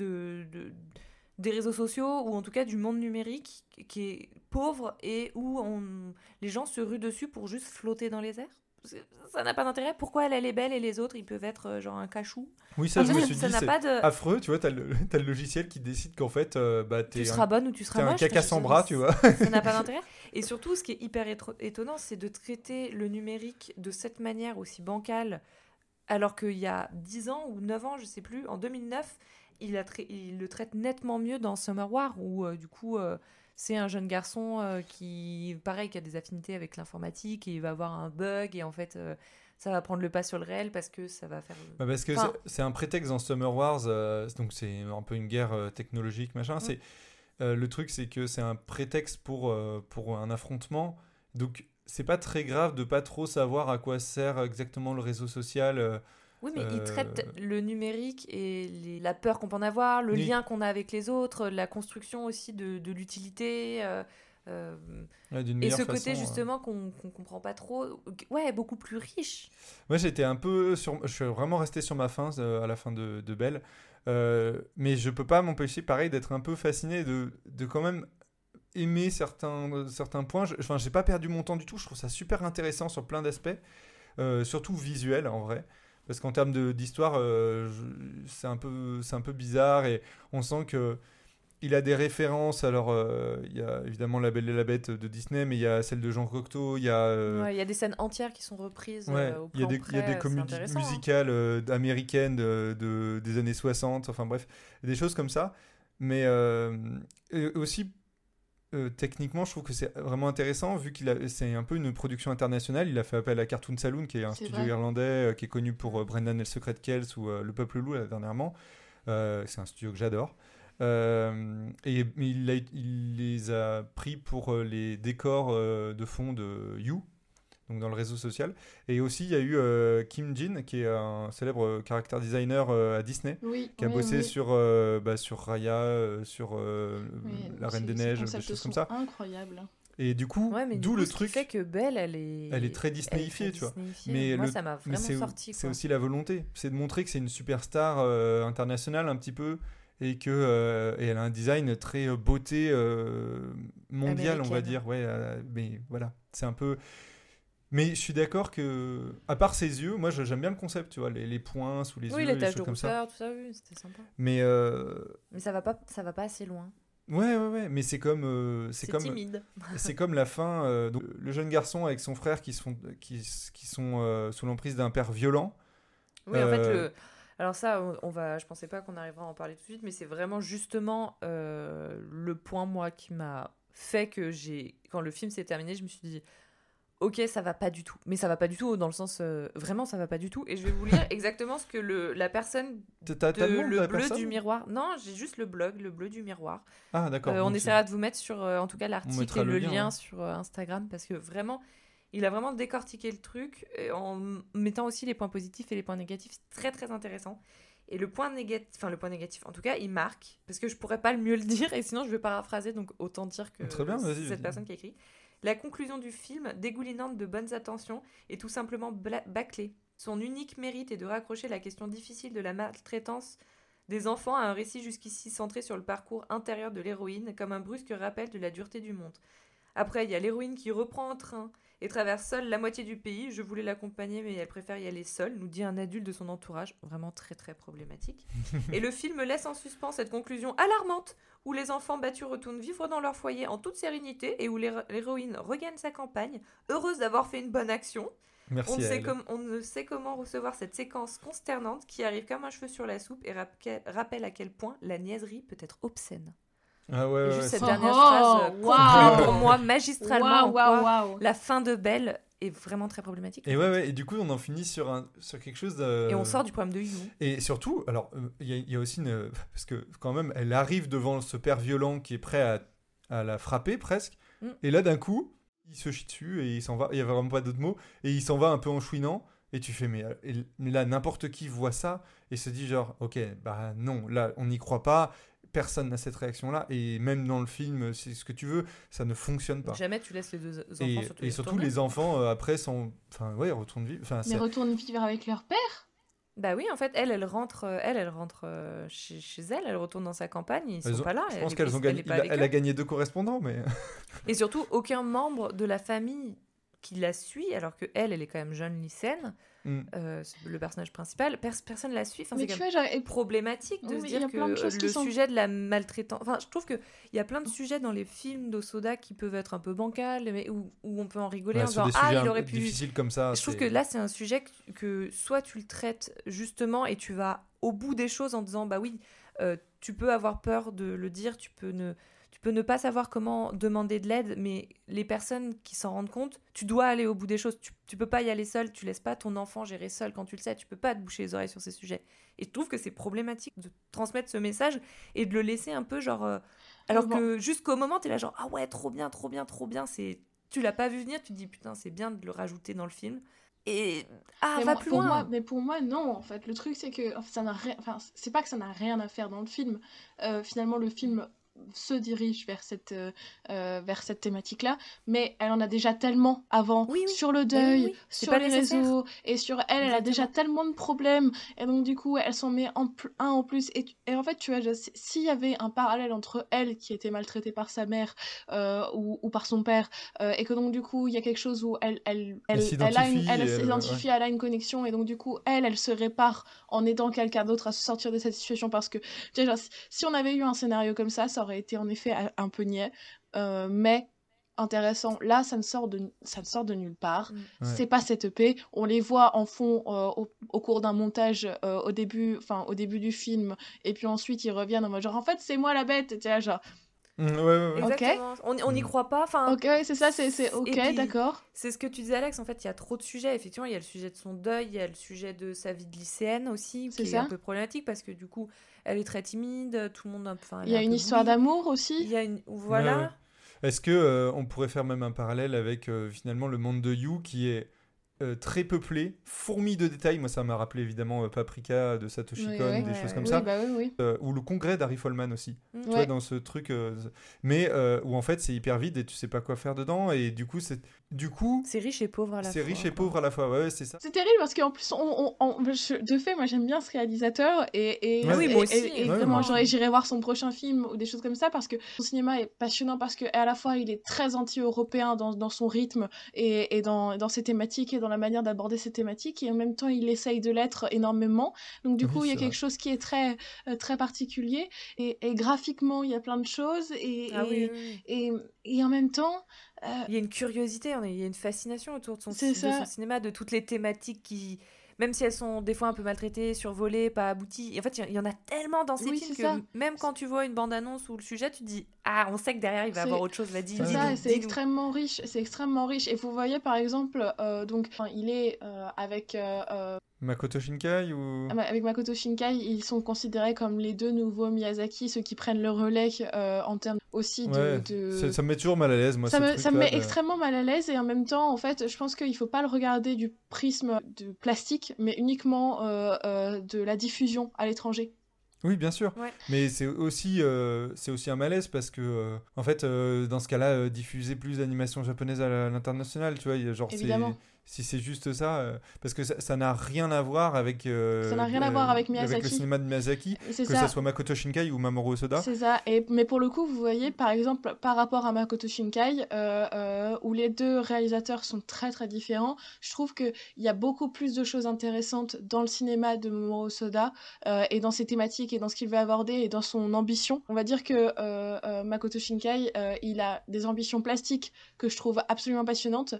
des réseaux sociaux, ou en tout cas du monde numérique, qui est pauvre et où les gens se ruent dessus pour juste flotter dans les airs. Ça n'a pas d'intérêt. Pourquoi elle est belle et les autres, ils peuvent être genre un cachou? Oui, ça, En je fait, me suis ça dit, n'a c'est pas de. affreux, tu vois, t'as le logiciel qui décide qu'en fait, Tu seras bonne ou tu t'es seras un moche. caca sans bras, tu vois. Ça n'a pas d'intérêt. Et surtout, ce qui est hyper étonnant, c'est de traiter le numérique de cette manière aussi bancale, alors qu'il y a 10 ans ou 9 ans, je sais plus, en 2009, il le traite nettement mieux dans Summer War, où du coup, c'est un jeune garçon qui, pareil, qui a des affinités avec l'informatique, et il va avoir un bug, et en fait, ça va prendre le pas sur le réel parce que ça va faire. Bah, parce que Enfin, c'est un prétexte dans Summer Wars, donc c'est un peu une guerre technologique, machin. mm, Le truc, c'est que c'est un prétexte pour un affrontement. Donc, c'est pas très grave de pas trop savoir à quoi sert exactement le réseau social. oui, mais il Euh, traite le numérique et la peur qu'on peut en avoir, le oui, lien qu'on a avec les autres, la construction aussi de l'utilité. Euh, ouais, d'une et meilleure ce façon. côté justement qu'on comprend pas trop, ouais, beaucoup plus riche. Moi, j'étais un peu sur. Je suis vraiment resté sur ma fin à la fin de Belle. Mais je peux pas m'empêcher, pareil, d'être un peu fasciné de quand même aimer certains points. Enfin, j'ai pas perdu mon temps du tout. Je trouve ça super intéressant sur plein d'aspects, surtout visuel en vrai. Parce qu'en termes d'histoire, c'est un peu bizarre et on sent que il a des références. Alors, il y a évidemment La Belle et la Bête de Disney, mais il y a celle de Jean Cocteau. Il y a Ouais, il y a des scènes entières qui sont reprises ouais, au il y a plan il y a des près, c'est comédies intéressant. Hein. musicales américaines des années 60. Enfin bref, des choses comme ça. Mais et aussi techniquement, je trouve que c'est vraiment intéressant vu c'est un peu une production internationale. Il a fait appel à Cartoon Saloon, qui est un C'est studio vrai. irlandais qui est connu pour Brendan et le Secret de Kells ou Le Peuple Loup là, dernièrement. C'est un studio que j'adore. Et il les a pris pour les décors de fond de You, donc dans le réseau social. Et aussi, il y a eu Kim Jin, qui est un célèbre character designer à Disney, Oui, qui a oui, bossé oui. sur Raya, sur Oui, La Reine des ces Neiges, des concepts choses comme sont ça. incroyables. Et du coup, Ouais, mais du d'où coup, le ce qui fait truc, que Belle, elle est très elle est très Disneyifiée, tu vois. Disneyifiée. Mais, Moi, ça m'a mais vraiment sorti, c'est quoi. aussi la volonté, c'est de montrer que c'est une superstar internationale un petit peu, et et elle a un design très beauté mondiale, on va Américaine. dire. Ouais, mais voilà, c'est un peu. Mais je suis d'accord que, à part ses yeux, moi j'aime bien le concept, tu vois, les points sous les Oui, yeux, les les taches de choses comme ça. rousseur, tout ça, oui, c'était sympa. Mais Mais ça va pas assez loin. ouais, mais C'est timide. c'est comme la fin. Donc, le jeune garçon avec son frère qui sont sous l'emprise d'un père violent. Oui, en fait, Euh, alors ça, je pensais pas qu'on arriverait à en parler tout de suite, mais c'est vraiment justement le point, moi, qui m'a fait que quand le film s'est terminé, je me suis dit, ok, ça va pas du tout. Mais ça va pas du tout dans le sens, vraiment, ça va pas du tout. Et je vais vous lire exactement ce que la personne t'as le nom de Le la Bleu personne? du Miroir. Non, j'ai juste le blog, Le Bleu du Miroir. Ah, d'accord. On donc essaiera de vous mettre sur, en tout cas, on l'article mettra et le le lien. lien Ouais. sur Instagram, parce que vraiment, il a vraiment décortiqué le truc en mettant aussi les points positifs et les points négatifs. C'est très, très intéressant. Et le point négatif, en tout cas, il marque, parce que je pourrais pas le mieux le dire, et sinon je vais paraphraser, donc autant dire que Très bien, c'est vas-y, cette vas-y. personne qui a écrit. La conclusion du film, dégoulinante de bonnes intentions, est tout simplement bâclée. Son unique mérite est de raccrocher la question difficile de la maltraitance des enfants à un récit jusqu'ici centré sur le parcours intérieur de l'héroïne, comme un brusque rappel de la dureté du monde. Après, il y a l'héroïne qui reprend un train et traverse seule la moitié du pays. Je voulais l'accompagner, mais elle préfère y aller seule, nous dit un adulte de son entourage. Vraiment très très problématique. Et le film laisse en suspens cette conclusion alarmante où les enfants battus retournent vivre dans leur foyer en toute sérénité et où l'héroïne regagne sa campagne, heureuse d'avoir fait une bonne action. Merci On ne sait comment recevoir cette séquence consternante qui arrive comme un cheveu sur la soupe et rappelle à quel point la niaiserie peut être obscène. Ah ouais, et juste cette Oh, dernière phrase wow. conclut pour moi magistralement Waouh, en quoi waouh, waouh. la fin de Belle est vraiment très problématique. Et ouais, et du coup, on en finit sur quelque chose de... Et on sort du problème de You. Et surtout, alors, il y a aussi une... Parce que, quand même, elle arrive devant ce père violent qui est prêt à la frapper, presque. Et là, d'un coup, il se chie dessus et il s'en va. Il n'y a vraiment pas d'autres mots. Et il s'en va un peu en chouinant. Et tu fais, mais là, n'importe qui voit ça et se dit genre, ok, bah non, là, on n'y croit pas. Personne n'a cette réaction-là. Et même dans le film, c'est ce que tu veux, ça ne fonctionne pas. Jamais tu laisses les deux enfants Et surtout, les enfants, après, retournent vivre. Mais retournent vivre avec leur père. Bah oui, en fait, elle rentre chez elle, elle retourne dans sa campagne, ils sont pas là. Je pense elle a gagné 2 correspondants, mais... Et surtout, aucun membre de la famille qui la suit, alors que elle est quand même jeune lycéenne, le personnage principal, personne la suit. Enfin, mais c'est tu vois, problématique de se dire que le sujet de la maltraitance... Enfin, je trouve qu'il y a plein de sujets dans les films d'Osoda qui peuvent être un peu bancals, mais où on peut en rigoler en disant « Ah, il aurait pu... » difficiles comme ça. Je trouve que là, c'est un sujet que soit tu le traites justement et tu vas au bout des choses en disant « Bah oui, tu peux avoir peur de le dire, tu peux ne pas savoir comment demander de l'aide, mais les personnes qui s'en rendent compte, tu dois aller au bout des choses. Tu peux pas y aller seul, tu laisses pas ton enfant gérer seul quand tu le sais, tu peux pas te boucher les oreilles sur ces sujets. Et je trouve que c'est problématique de transmettre ce message et de le laisser un peu genre... alors que jusqu'au moment, t'es là genre « Ah ouais, trop bien, tu l'as pas vu venir, tu te dis « Putain, c'est bien de le rajouter dans le film. » Et plus loin. Mais pour moi, non, en fait. Le truc, c'est que ça n'a rien... Enfin, c'est pas que ça n'a rien à faire dans le film. Finalement, le film se dirige vers cette thématique-là, mais elle en a déjà tellement avant, sur le deuil, sur les réseaux, et sur elle a déjà tellement de problèmes, et donc du coup, elle s'en met un en plus, et en fait, tu vois, s'il y avait un parallèle entre elle, qui était maltraitée par sa mère, ou par son père, et que donc du coup, il y a quelque chose où elle s'identifie, elle a une connexion, et donc du coup, elle se répare en aidant quelqu'un d'autre à se sortir de cette situation, parce que, tu vois, genre, si on avait eu un scénario comme ça aurait été en effet un peu niais, mais intéressant. Là, ça ne sort de nulle part. C'est pas cette EP. On les voit en fond au cours d'un montage au début du film, et puis ensuite ils reviennent en mode genre en fait c'est moi la bête, tu vois, genre. Exactement. Okay. On n'y croit pas. Enfin. Ok, c'est ça, c'est ok, puis, d'accord. C'est ce que tu disais, Alex. En fait, il y a trop de sujets. Effectivement, il y a le sujet de son deuil, il y a le sujet de sa vie de lycéenne aussi, qui est un peu problématique parce que du coup, elle est très timide. Tout le monde. Il y a une histoire d'amour aussi. Il y a voilà. Ouais. Est-ce que on pourrait faire même un parallèle avec finalement le monde de You qui est très peuplé, fourmi de détails. Moi, ça m'a rappelé évidemment Paprika de Satoshi Kon, des choses comme ça. Ou le congrès d'Harry Folman aussi. Tu vois, dans ce truc. Mais où en fait, c'est hyper vide et tu sais pas quoi faire dedans. Et du coup, c'est riche et pauvre à la fois. C'est riche et pauvre à la fois, ouais, c'est ça. C'est terrible parce qu'en plus, de fait, moi j'aime bien ce réalisateur. Et moi aussi. Et vraiment, j'irai voir son prochain film ou des choses comme ça parce que son cinéma est passionnant parce qu'à la fois, il est très anti-européen dans son rythme et dans ses thématiques et dans la manière d'aborder ces thématiques, et en même temps il essaye de l'être énormément, donc du coup il y a quelque chose qui est très, très particulier, et graphiquement il y a plein de choses, et en même temps il y a une curiosité, il y a une fascination autour de son cinéma, de toutes les thématiques qui... Même si elles sont des fois un peu maltraitées, survolées, pas abouties. En fait, il y en a tellement dans ces films que même quand tu vois une bande-annonce ou le sujet, tu te dis « Ah, on sait que derrière, il va y avoir autre chose. Vas-y, dis-nous. » C'est ça, c'est extrêmement riche. C'est extrêmement riche. Et vous voyez, par exemple, il est avec... Makoto Shinkai ou... Avec Makoto Shinkai, ils sont considérés comme les deux nouveaux Miyazaki, ceux qui prennent le relais en termes aussi de... Ça me met toujours mal à l'aise, moi, ça me met extrêmement mal à l'aise, et en même temps, en fait, je pense qu'il faut pas le regarder du prisme de plastique, mais uniquement de la diffusion à l'étranger. Oui, bien sûr. Mais c'est aussi un malaise parce que, en fait, dans ce cas-là, diffuser plus d'animations japonaises à l'international, tu vois, genre, évidemment. si c'est juste ça, parce que ça n'a rien à voir avec ça n'a rien à voir avec Miyazaki. Avec le cinéma de Miyazaki, C'est que ça soit Makoto Shinkai ou Mamoru Hosoda. C'est ça. Mais pour le coup, vous voyez, par exemple, par rapport à Makoto Shinkai, où les deux réalisateurs sont très très différents, je trouve qu'il y a beaucoup plus de choses intéressantes dans le cinéma de Mamoru Hosoda, et dans ses thématiques, et dans ce qu'il veut aborder, et dans son ambition. On va dire que Makoto Shinkai, il a des ambitions plastiques que je trouve absolument passionnantes,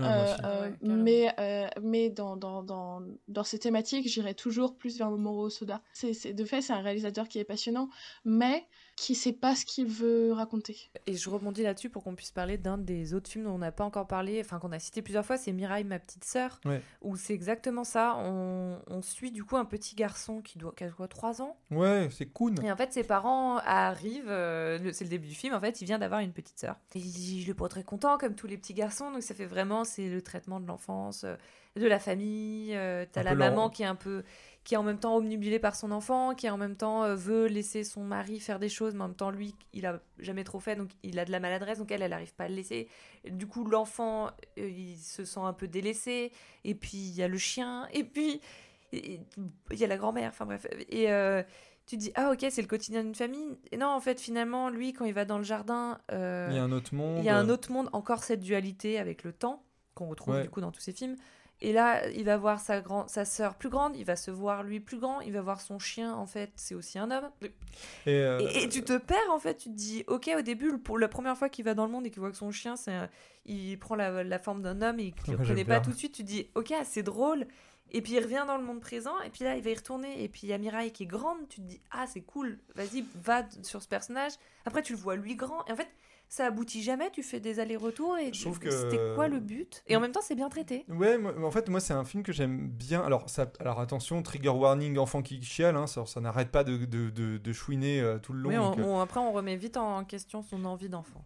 mais dans ces thématiques, j'irais toujours plus vers Mamoru Hosoda. De fait, c'est un réalisateur qui est passionnant, mais qui sait pas ce qu'il veut raconter. Et je rebondis là-dessus pour qu'on puisse parler d'un des autres films dont on n'a pas encore parlé, enfin qu'on a cité plusieurs fois, c'est Mirai, ma petite sœur, où c'est exactement ça. On suit du coup un petit garçon qui a quoi, 3 ans. Ouais, c'est cool. Et en fait, ses parents arrivent, c'est le début du film, en fait, il vient d'avoir une petite sœur. Et il est pas très content, comme tous les petits garçons, donc ça fait vraiment, c'est le traitement de l'enfance, de la famille. T'as la maman qui est en même temps obnubilée par son enfant, qui en même temps veut laisser son mari faire des choses, mais en même temps, lui, il a jamais trop fait, donc il a de la maladresse, donc elle arrive pas à le laisser. Et du coup, l'enfant, il se sent un peu délaissé, et puis il y a le chien, et puis il y a la grand-mère, enfin bref. Et tu te dis, ah ok, c'est le quotidien d'une famille. Et non, en fait, finalement, lui, quand il va dans le jardin... il y a un autre monde. Il y a un autre monde, encore cette dualité avec le temps, qu'on retrouve du coup dans tous ces films. Et là, il va voir sa sœur plus grande, il va se voir lui plus grand, il va voir son chien, en fait, c'est aussi un homme. Et tu te perds, en fait, tu te dis, ok, au début, pour la première fois qu'il va dans le monde et qu'il voit que son chien, il prend la forme d'un homme et qu'il ne le reconnaît pas tout de suite, tu te dis, ok, c'est drôle. Et puis il revient dans le monde présent, et puis là, il va y retourner, et puis il y a Mirai qui est grande, tu te dis, ah, c'est cool, vas-y, va sur ce personnage. Après, tu le vois lui grand, et en fait... ça aboutit jamais, tu fais des allers-retours et c'était quoi le but ? Et en même temps, c'est bien traité. Ouais, en fait, moi, c'est un film que j'aime bien. Alors attention, trigger warning, enfant qui chiale, hein, ça n'arrête pas de chouiner tout le long. Oui, après, on remet vite en question son envie d'enfant.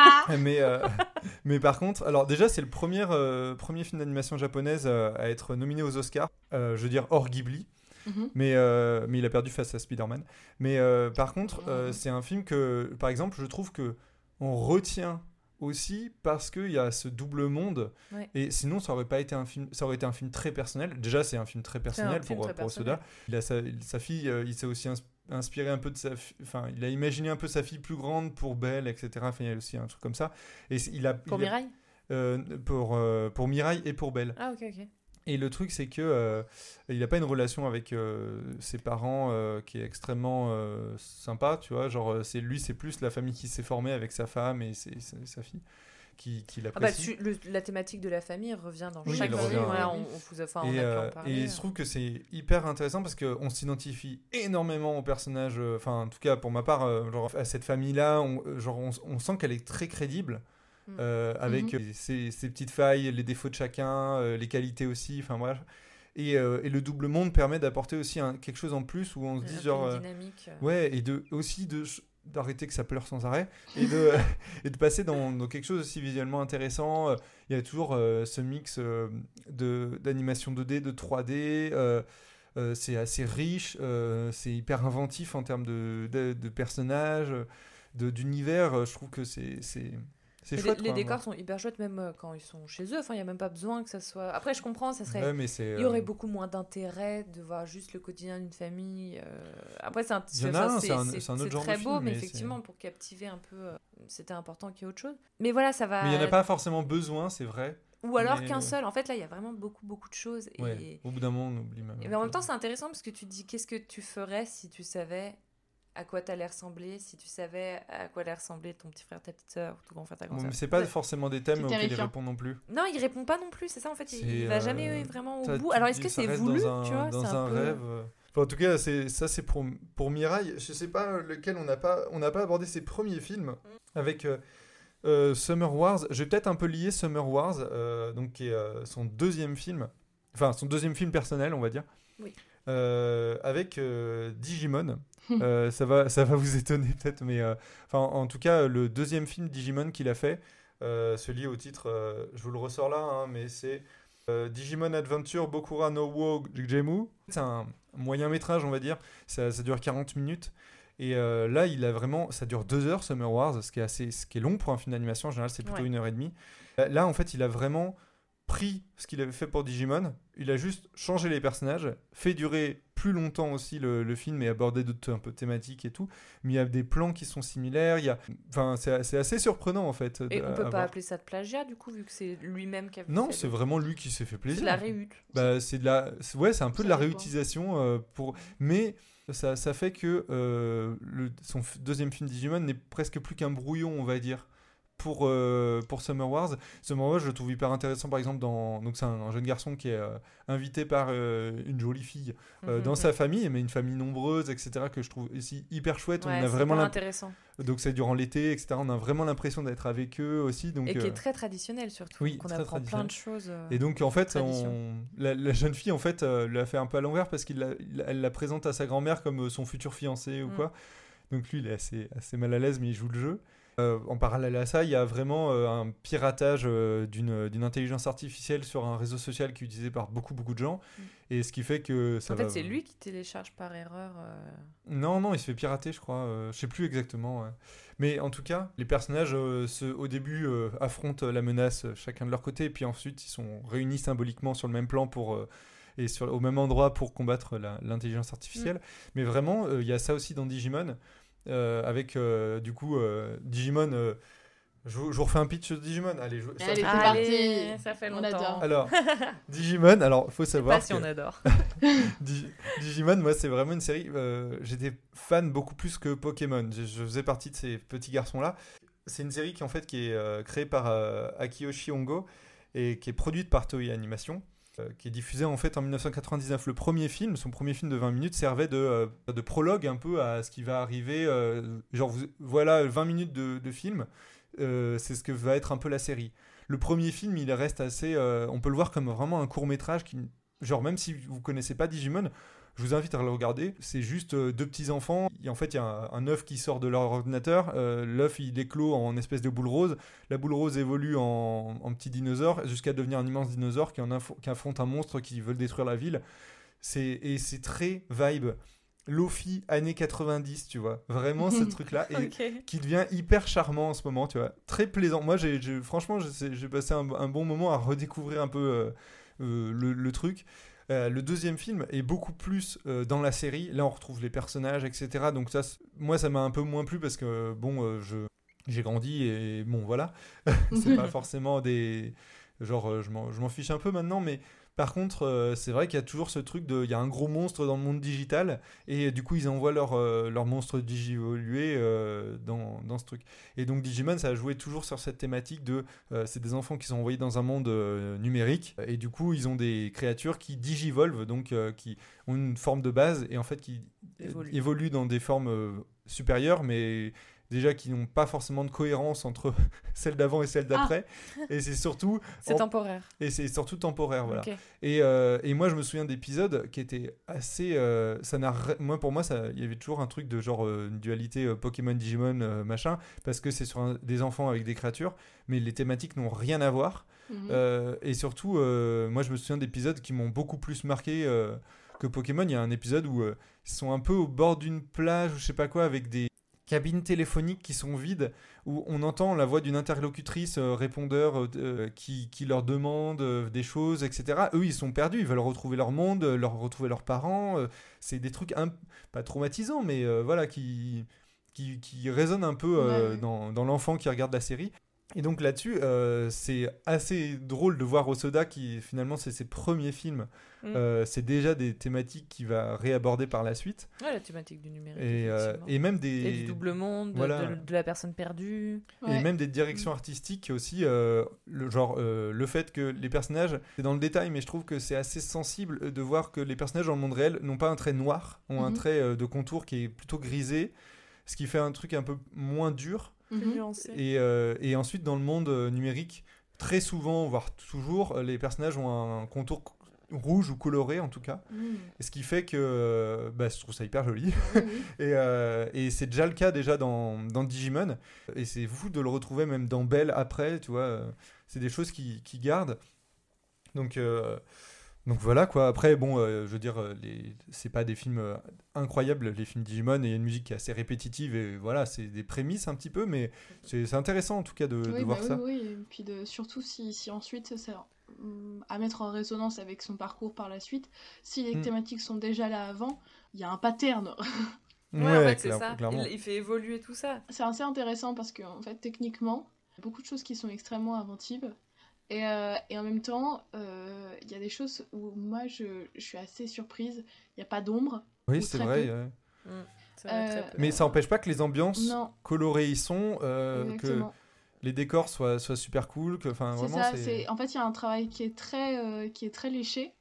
Mais par contre, alors déjà, c'est le premier film d'animation japonaise à être nominé aux Oscars, je veux dire hors Ghibli. Mais il a perdu face à Spider-Man. Mais par contre, c'est un film que, par exemple, je trouve que on retient aussi parce qu'il y a ce double monde, et sinon ça aurait été un film très personnel. Déjà, c'est un film très personnel pour Hosoda. Il a sa fille, il s'est aussi inspiré un peu de il a imaginé un peu sa fille plus grande pour Belle, etc. Enfin, il y a aussi un truc comme ça. Et pour Mirai pour Mirai et pour Belle. Ah, ok. Et le truc, c'est que il n'a pas une relation avec ses parents qui est extrêmement sympa, tu vois. Genre, c'est plus la famille qui s'est formée avec sa femme et sa fille qui l'apprécie. La thématique de la famille revient dans chaque famille. On a et il se trouve que c'est hyper intéressant parce qu'on s'identifie énormément au personnage. Enfin, en tout cas, pour ma part, genre, à cette famille-là, on sent qu'elle est très crédible. Avec ses petites failles, les défauts de chacun, les qualités aussi, enfin bref. Et le double monde permet d'apporter aussi quelque chose en plus où on se dit genre... dynamique. Ouais, et d'arrêter que ça pleure sans arrêt et de passer dans quelque chose aussi visuellement intéressant. Il y a toujours ce mix d'animation 2D, de 3D, c'est assez riche, c'est hyper inventif en termes de personnages, d'univers. Je trouve que c'est chouette, les décors sont hyper chouettes même quand ils sont chez eux. Enfin, il n'y a même pas besoin que ça soit... Après, je comprends, ça serait... il y aurait beaucoup moins d'intérêt de voir juste le quotidien d'une famille. Après, c'est un autre genre très beau, film, mais effectivement, pour captiver un peu, c'était important qu'il y ait autre chose. Mais voilà, ça va... Mais il n'y en a pas forcément besoin, c'est vrai. Ou alors qu'un seul. En fait, là, il y a vraiment beaucoup de choses. Et... au bout d'un moment, on oublie même. Mais en même temps, c'est intéressant parce que tu te dis, qu'est-ce que tu ferais si tu savais... à quoi t'allais ressembler, si tu savais à quoi allait ressembler ton petit frère, ta petite sœur, ton grand frère, ta grande sœur. Mais c'est pas forcément des thèmes auxquels il répond non plus. Non, il répond pas non plus, c'est ça en fait, il va jamais vraiment au bout. Alors est-ce que c'est voulu, tu vois, dans un rêve. Enfin, en tout cas, c'est pour Mirai. Je sais pas lequel on n'a pas abordé ses premiers films avec Summer Wars. Je vais peut-être un peu lier Summer Wars, donc qui est son deuxième film personnel, on va dire. Oui. Avec Digimon. Ça va vous étonner peut-être, mais en tout cas, le deuxième film Digimon qu'il a fait se lie au titre, je vous le ressors là, hein, mais c'est Digimon Adventure Bokura no Wo Gemu. C'est un moyen métrage, on va dire, ça dure 40 minutes. Et là, ça dure 2 heures, Summer Wars, ce qui est long pour un film d'animation. En général, c'est plutôt 1h30. Là, en fait, il a vraiment pris ce qu'il avait fait pour Digimon, il a juste changé les personnages, fait durer plus longtemps aussi le film et aborder d'autres un peu thématiques et tout, mais il y a des plans qui sont similaires, c'est assez surprenant en fait. Et on peut pas appeler ça de plagiat du coup, vu que c'est lui-même qui a fait Non, c'est vraiment lui qui s'est fait plaisir. C'est de la réut. C'est un peu de la réutilisation, mais ça fait que son deuxième film Digimon n'est presque plus qu'un brouillon, on va dire. Pour Summer Wars. Summer Wars, je le trouve hyper intéressant, par exemple, donc c'est un jeune garçon qui est invité par une jolie fille dans sa famille, mais une famille nombreuse, etc., que je trouve aussi hyper chouette. Ouais, on a vraiment intéressant. Donc c'est durant l'été, etc., on a vraiment l'impression d'être avec eux aussi. Donc, et qui est très traditionnel, surtout. Oui, qu'on apprend plein de choses. Et donc, en fait, la jeune fille, en fait, l'a fait un peu à l'envers parce qu'elle la présente à sa grand-mère comme son futur fiancé ou quoi. Donc lui, il est assez mal à l'aise, mais il joue le jeu. En parallèle à ça, il y a vraiment un piratage d'une intelligence artificielle sur un réseau social qui est utilisé par beaucoup de gens. Et ce qui fait que ça en fait, c'est lui qui télécharge par erreur. Non, il se fait pirater, je crois. Je sais plus exactement. Ouais. Mais en tout cas, les personnages, au début, affrontent la menace chacun de leur côté. Et puis ensuite, ils sont réunis symboliquement sur le même plan et au même endroit pour combattre l'intelligence artificielle. Mais vraiment, il y a ça aussi dans Digimon. Avec du coup Digimon, je vous refais un pitch de Digimon. Allez, c'est parti. Ça fait longtemps. On adore. Alors Digimon, alors faut savoir pas si on adore. Digimon, moi c'est vraiment une série, j'étais fan beaucoup plus que Pokémon. Je faisais partie de ces petits garçons là. C'est une série qui est créée par Akiyoshi Hongo et qui est produite par Toei Animation, qui est diffusé en fait en 1999. Son premier film de 20 minutes servait de prologue un peu à ce qui va arriver. Voilà 20 minutes de film, c'est ce que va être un peu la série. Le premier film, il reste assez... on peut le voir comme vraiment un court-métrage qui... Genre même si vous connaissez pas Digimon, je vous invite à le regarder. C'est juste deux petits enfants. En fait, il y a un œuf qui sort de leur ordinateur. L'œuf, il éclot en espèce de boule rose. La boule rose évolue en petit dinosaure jusqu'à devenir un immense dinosaure qui affronte un monstre qui veut détruire la ville. Et c'est très vibe. Lofi années 90, tu vois. Vraiment ce truc-là. Et qui devient hyper charmant en ce moment, tu vois. Très plaisant. Moi, franchement, j'ai passé un bon moment à redécouvrir un peu le truc. Le deuxième film est beaucoup plus dans la série. Là, on retrouve les personnages, etc. Donc moi, ça m'a un peu moins plu parce que, j'ai grandi et bon, voilà. C'est pas forcément des... Genre, je m'en fiche un peu maintenant, mais... Par contre, c'est vrai qu'il y a toujours ce truc il y a un gros monstre dans le monde digital et du coup ils envoient leur monstre digivolué dans ce truc. Et donc Digimon, ça a joué toujours sur cette thématique c'est des enfants qui sont envoyés dans un monde numérique et du coup ils ont des créatures qui digivolvent, donc qui ont une forme de base et en fait qui évoluent dans des formes supérieures, mais déjà qui n'ont pas forcément de cohérence entre celle d'avant et celle d'après. Et c'est surtout... temporaire. Et c'est surtout temporaire, voilà. Okay. Et moi, je me souviens d'épisodes qui étaient assez... Pour moi, il y avait toujours un truc de genre une dualité Pokémon-Digimon, machin, parce que c'est sur des enfants avec des créatures, mais les thématiques n'ont rien à voir. Et surtout, moi, je me souviens d'épisodes qui m'ont beaucoup plus marqué que Pokémon. Il y a un épisode où ils sont un peu au bord d'une plage ou je sais pas quoi, avec des cabines téléphoniques qui sont vides, où on entend la voix d'une interlocutrice répondeur qui leur demande des choses, etc. Eux, ils sont perdus, ils veulent retrouver leur monde, retrouver leurs parents. C'est des trucs pas traumatisants, mais voilà, qui résonnent un peu dans l'enfant qui regarde la série. Et donc là-dessus, c'est assez drôle de voir Hosoda qui, finalement, c'est ses premiers films. C'est déjà des thématiques qu'il va réaborder par la suite. Ouais, la thématique du numérique. Et même et du double monde, voilà. de la personne perdue. Et même des directions artistiques aussi. Le fait que les personnages, c'est dans le détail, mais je trouve que c'est assez sensible de voir que les personnages dans le monde réel n'ont pas un trait noir, ont un trait de contour qui est plutôt grisé, ce qui fait un truc un peu moins dur. Et ensuite dans le monde numérique, très souvent, voire toujours, les personnages ont un contour rouge ou coloré en tout cas, et ce qui fait que je trouve ça hyper joli. Et c'est déjà le cas déjà dans Digimon, et c'est fou de le retrouver même dans Belle après, tu vois. C'est des choses qui gardent, donc voilà quoi. Après je veux dire, c'est pas des films incroyables, les films Digimon, et il y a une musique qui est assez répétitive et voilà, c'est des prémices un petit peu, mais c'est intéressant en tout cas de voir ça. Oui, et puis surtout si ensuite à mettre en résonance avec son parcours par la suite. Si les thématiques sont déjà là avant, il y a un pattern. En fait, c'est ça. Il fait évoluer tout ça. C'est assez intéressant parce que, en fait, techniquement, il y a beaucoup de choses qui sont extrêmement inventives. Et en même temps, il y a des choses où moi, je suis assez surprise. Il n'y a pas d'ombre. Oui, c'est vrai. Mais ça n'empêche pas que les ambiances colorées y sont, que les décors soient super cool. Que, c'est vraiment, ça. En fait, il y a un travail qui est très léché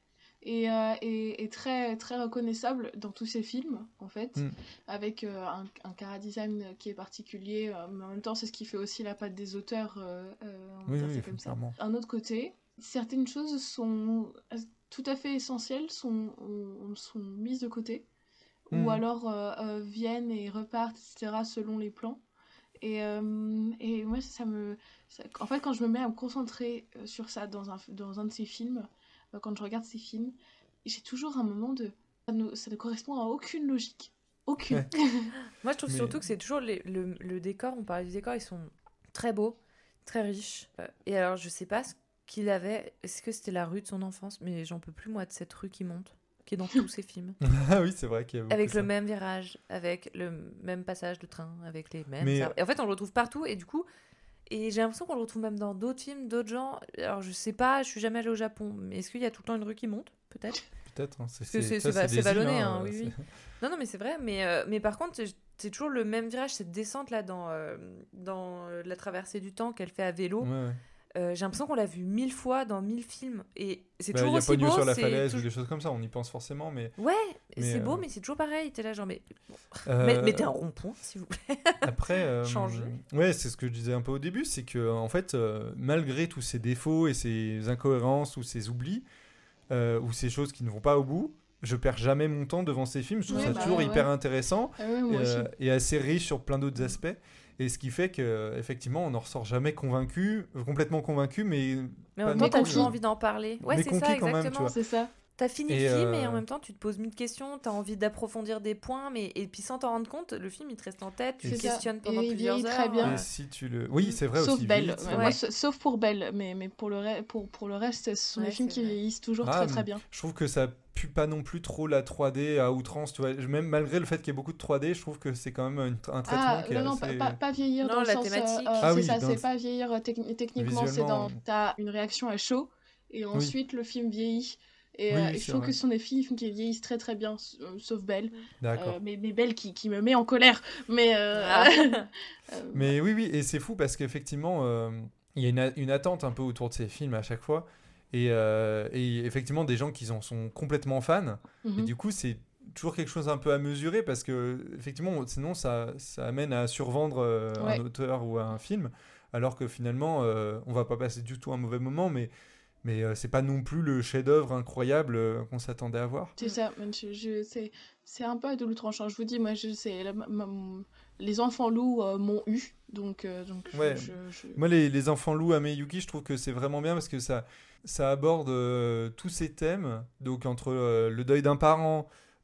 et très, très reconnaissable dans tous ces films, en fait, avec un chara-design qui est particulier, mais en même temps, c'est ce qui fait aussi la patte des auteurs, on va dire c'est comme ça. D'un autre côté, certaines choses sont tout à fait essentielles, sont mises de côté, ou alors viennent et repartent, etc., selon les plans. Et moi, en fait, quand je me mets à me concentrer sur ça dans un de ces films, quand je regarde ces films, j'ai toujours un moment de... Ça ne correspond à aucune logique. Aucune. Ouais. Moi, je trouve surtout que c'est toujours le décor. On parlait du décor, ils sont très beaux, très riches. Et alors, je sais pas ce qu'il avait. Est-ce que c'était la rue de son enfance? Mais j'en peux plus, moi, de cette rue qui monte, qui est dans tous ces films. Ah oui, c'est vrai qu'il y a beaucoup avec ça. Le même virage, avec le même passage de train, avec les mêmes... Et en fait, on le retrouve partout, et du coup... Et j'ai l'impression qu'on le retrouve même dans d'autres films, d'autres gens. Alors, je sais pas, je suis jamais allée au Japon, mais est-ce qu'il y a tout le temps une rue qui monte? Peut-être. Peut-être, hein. C'est vallonné, hein, oui. Non, mais c'est vrai. Mais par contre, c'est toujours le même virage, cette descente là dans la traversée du temps qu'elle fait à vélo. Ouais. J'ai l'impression qu'on l'a vu 1000 fois dans 1000 films. Et c'est toujours aussi beau. Il n'y a pas de sur la falaise ou des choses comme ça, on y pense forcément. Mais c'est beau, mais c'est toujours pareil. T'es là, genre, mettez un rond-point, s'il vous plaît. Après, changer. Ouais, c'est ce que je disais un peu au début, c'est que en fait, malgré tous ces défauts et ces incohérences ou ces oublis, ou ces choses qui ne vont pas au bout, je perds jamais mon temps devant ces films. Je trouve ça toujours hyper intéressant et assez riche sur plein d'autres aspects. Et ce qui fait qu'effectivement, on n'en ressort jamais complètement convaincu, mais en même temps, t'as toujours envie d'en parler. Ouais, mais c'est conquis ça, quand exactement. Même, c'est ça. T'as fini le film et en même temps, tu te poses 1000 questions, t'as envie d'approfondir des points, et puis sans t'en rendre compte, le film, il te reste en tête, tu te questionnes pendant plusieurs heures. Très bien. Et si tu le... Oui, c'est vrai sauf aussi. Belle. Moi, sauf pour Belle, mais pour le reste, ce sont des films qui vieillissent toujours très très bien. Je trouve que ça pue pas non plus trop la 3D à outrance, tu vois. Même malgré le fait qu'il y ait beaucoup de 3D, je trouve que c'est quand même un traitement qui est assez... pas vieillir dans le sens... thématique. c'est ça, c'est pas vieillir techniquement, c'est t'as une réaction à chaud, et ensuite le film vieillit. Et je trouve que ce sont des films qui vieillissent très très bien, sauf Belle. D'accord. Mais Belle qui me met en colère. Mais oui, et c'est fou parce qu'effectivement, il y a une attente un peu autour de ces films à chaque fois. Et effectivement, des gens qui en sont complètement fans. Et du coup, c'est toujours quelque chose un peu à mesurer parce que effectivement, sinon, ça amène à survendre un auteur ou un film. Alors que finalement, on va pas passer du tout un mauvais moment, mais c'est pas non plus le chef-d'œuvre incroyable qu'on s'attendait à voir. C'est ça, c'est un peu à double tranchant. Je vous dis, moi, les enfants loups m'ont eu, donc Moi, les enfants loups à Miyuki, je trouve que c'est vraiment bien parce que ça aborde tous ces thèmes, donc entre le deuil d'un parent,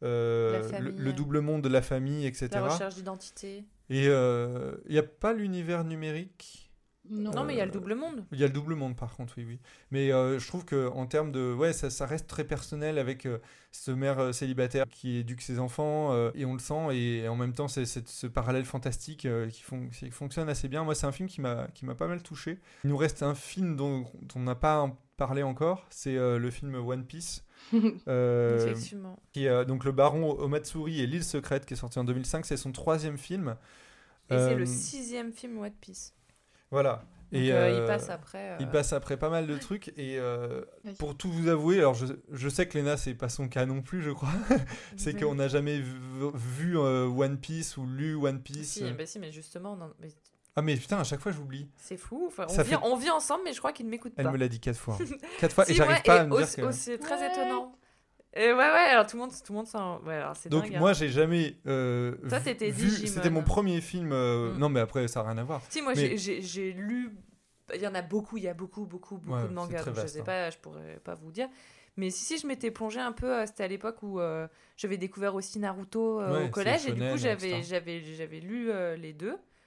le double monde de la famille, etc. La recherche d'identité. Et il n'y a pas l'univers numérique. Non, mais il y a le double monde. Il y a le double monde, par contre, oui. Mais je trouve qu'en termes de... Ouais, ça reste très personnel avec ce mère célibataire qui éduque ses enfants, et on le sent, et en même temps, c'est ce parallèle fantastique qui fonctionne assez bien. Moi, c'est un film qui m'a pas mal touché. Il nous reste un film dont on n'a pas parlé encore, c'est le film One Piece. Effectivement. Qui est donc Le Baron Omatsuri et l'île secrète, qui est sorti en 2005. C'est son 3e film. Et c'est le 6e film One Piece. Voilà. Donc, et il passe après. Il passe après pas mal de trucs. Et pour tout vous avouer, alors je sais que Léna, c'est pas son cas non plus, je crois. C'est qu'on n'a jamais vu One Piece ou lu One Piece. Si, mais justement. Non, mais... Ah, mais putain, à chaque fois, j'oublie. C'est fou. Enfin, on vit ensemble, mais je crois qu'il ne m'écoute pas. Elle me l'a dit 4 fois. 4 fois, et j'arrive pas à me dire que... C'est très étonnant. Et alors tout le monde s'en... Ouais, alors c'est donc dingue, moi j'ai jamais Toi, t'étais vu, Digimon. c'était mon premier film non mais après ça n'a rien à voir. Si moi j'ai lu, il y en a beaucoup, il y a beaucoup de mangas, donc je sais pas, je pourrais pas vous dire, mais si je m'étais plongée un peu, c'était à l'époque où j'avais découvert aussi Naruto au collège, et du coup j'avais lu les deux,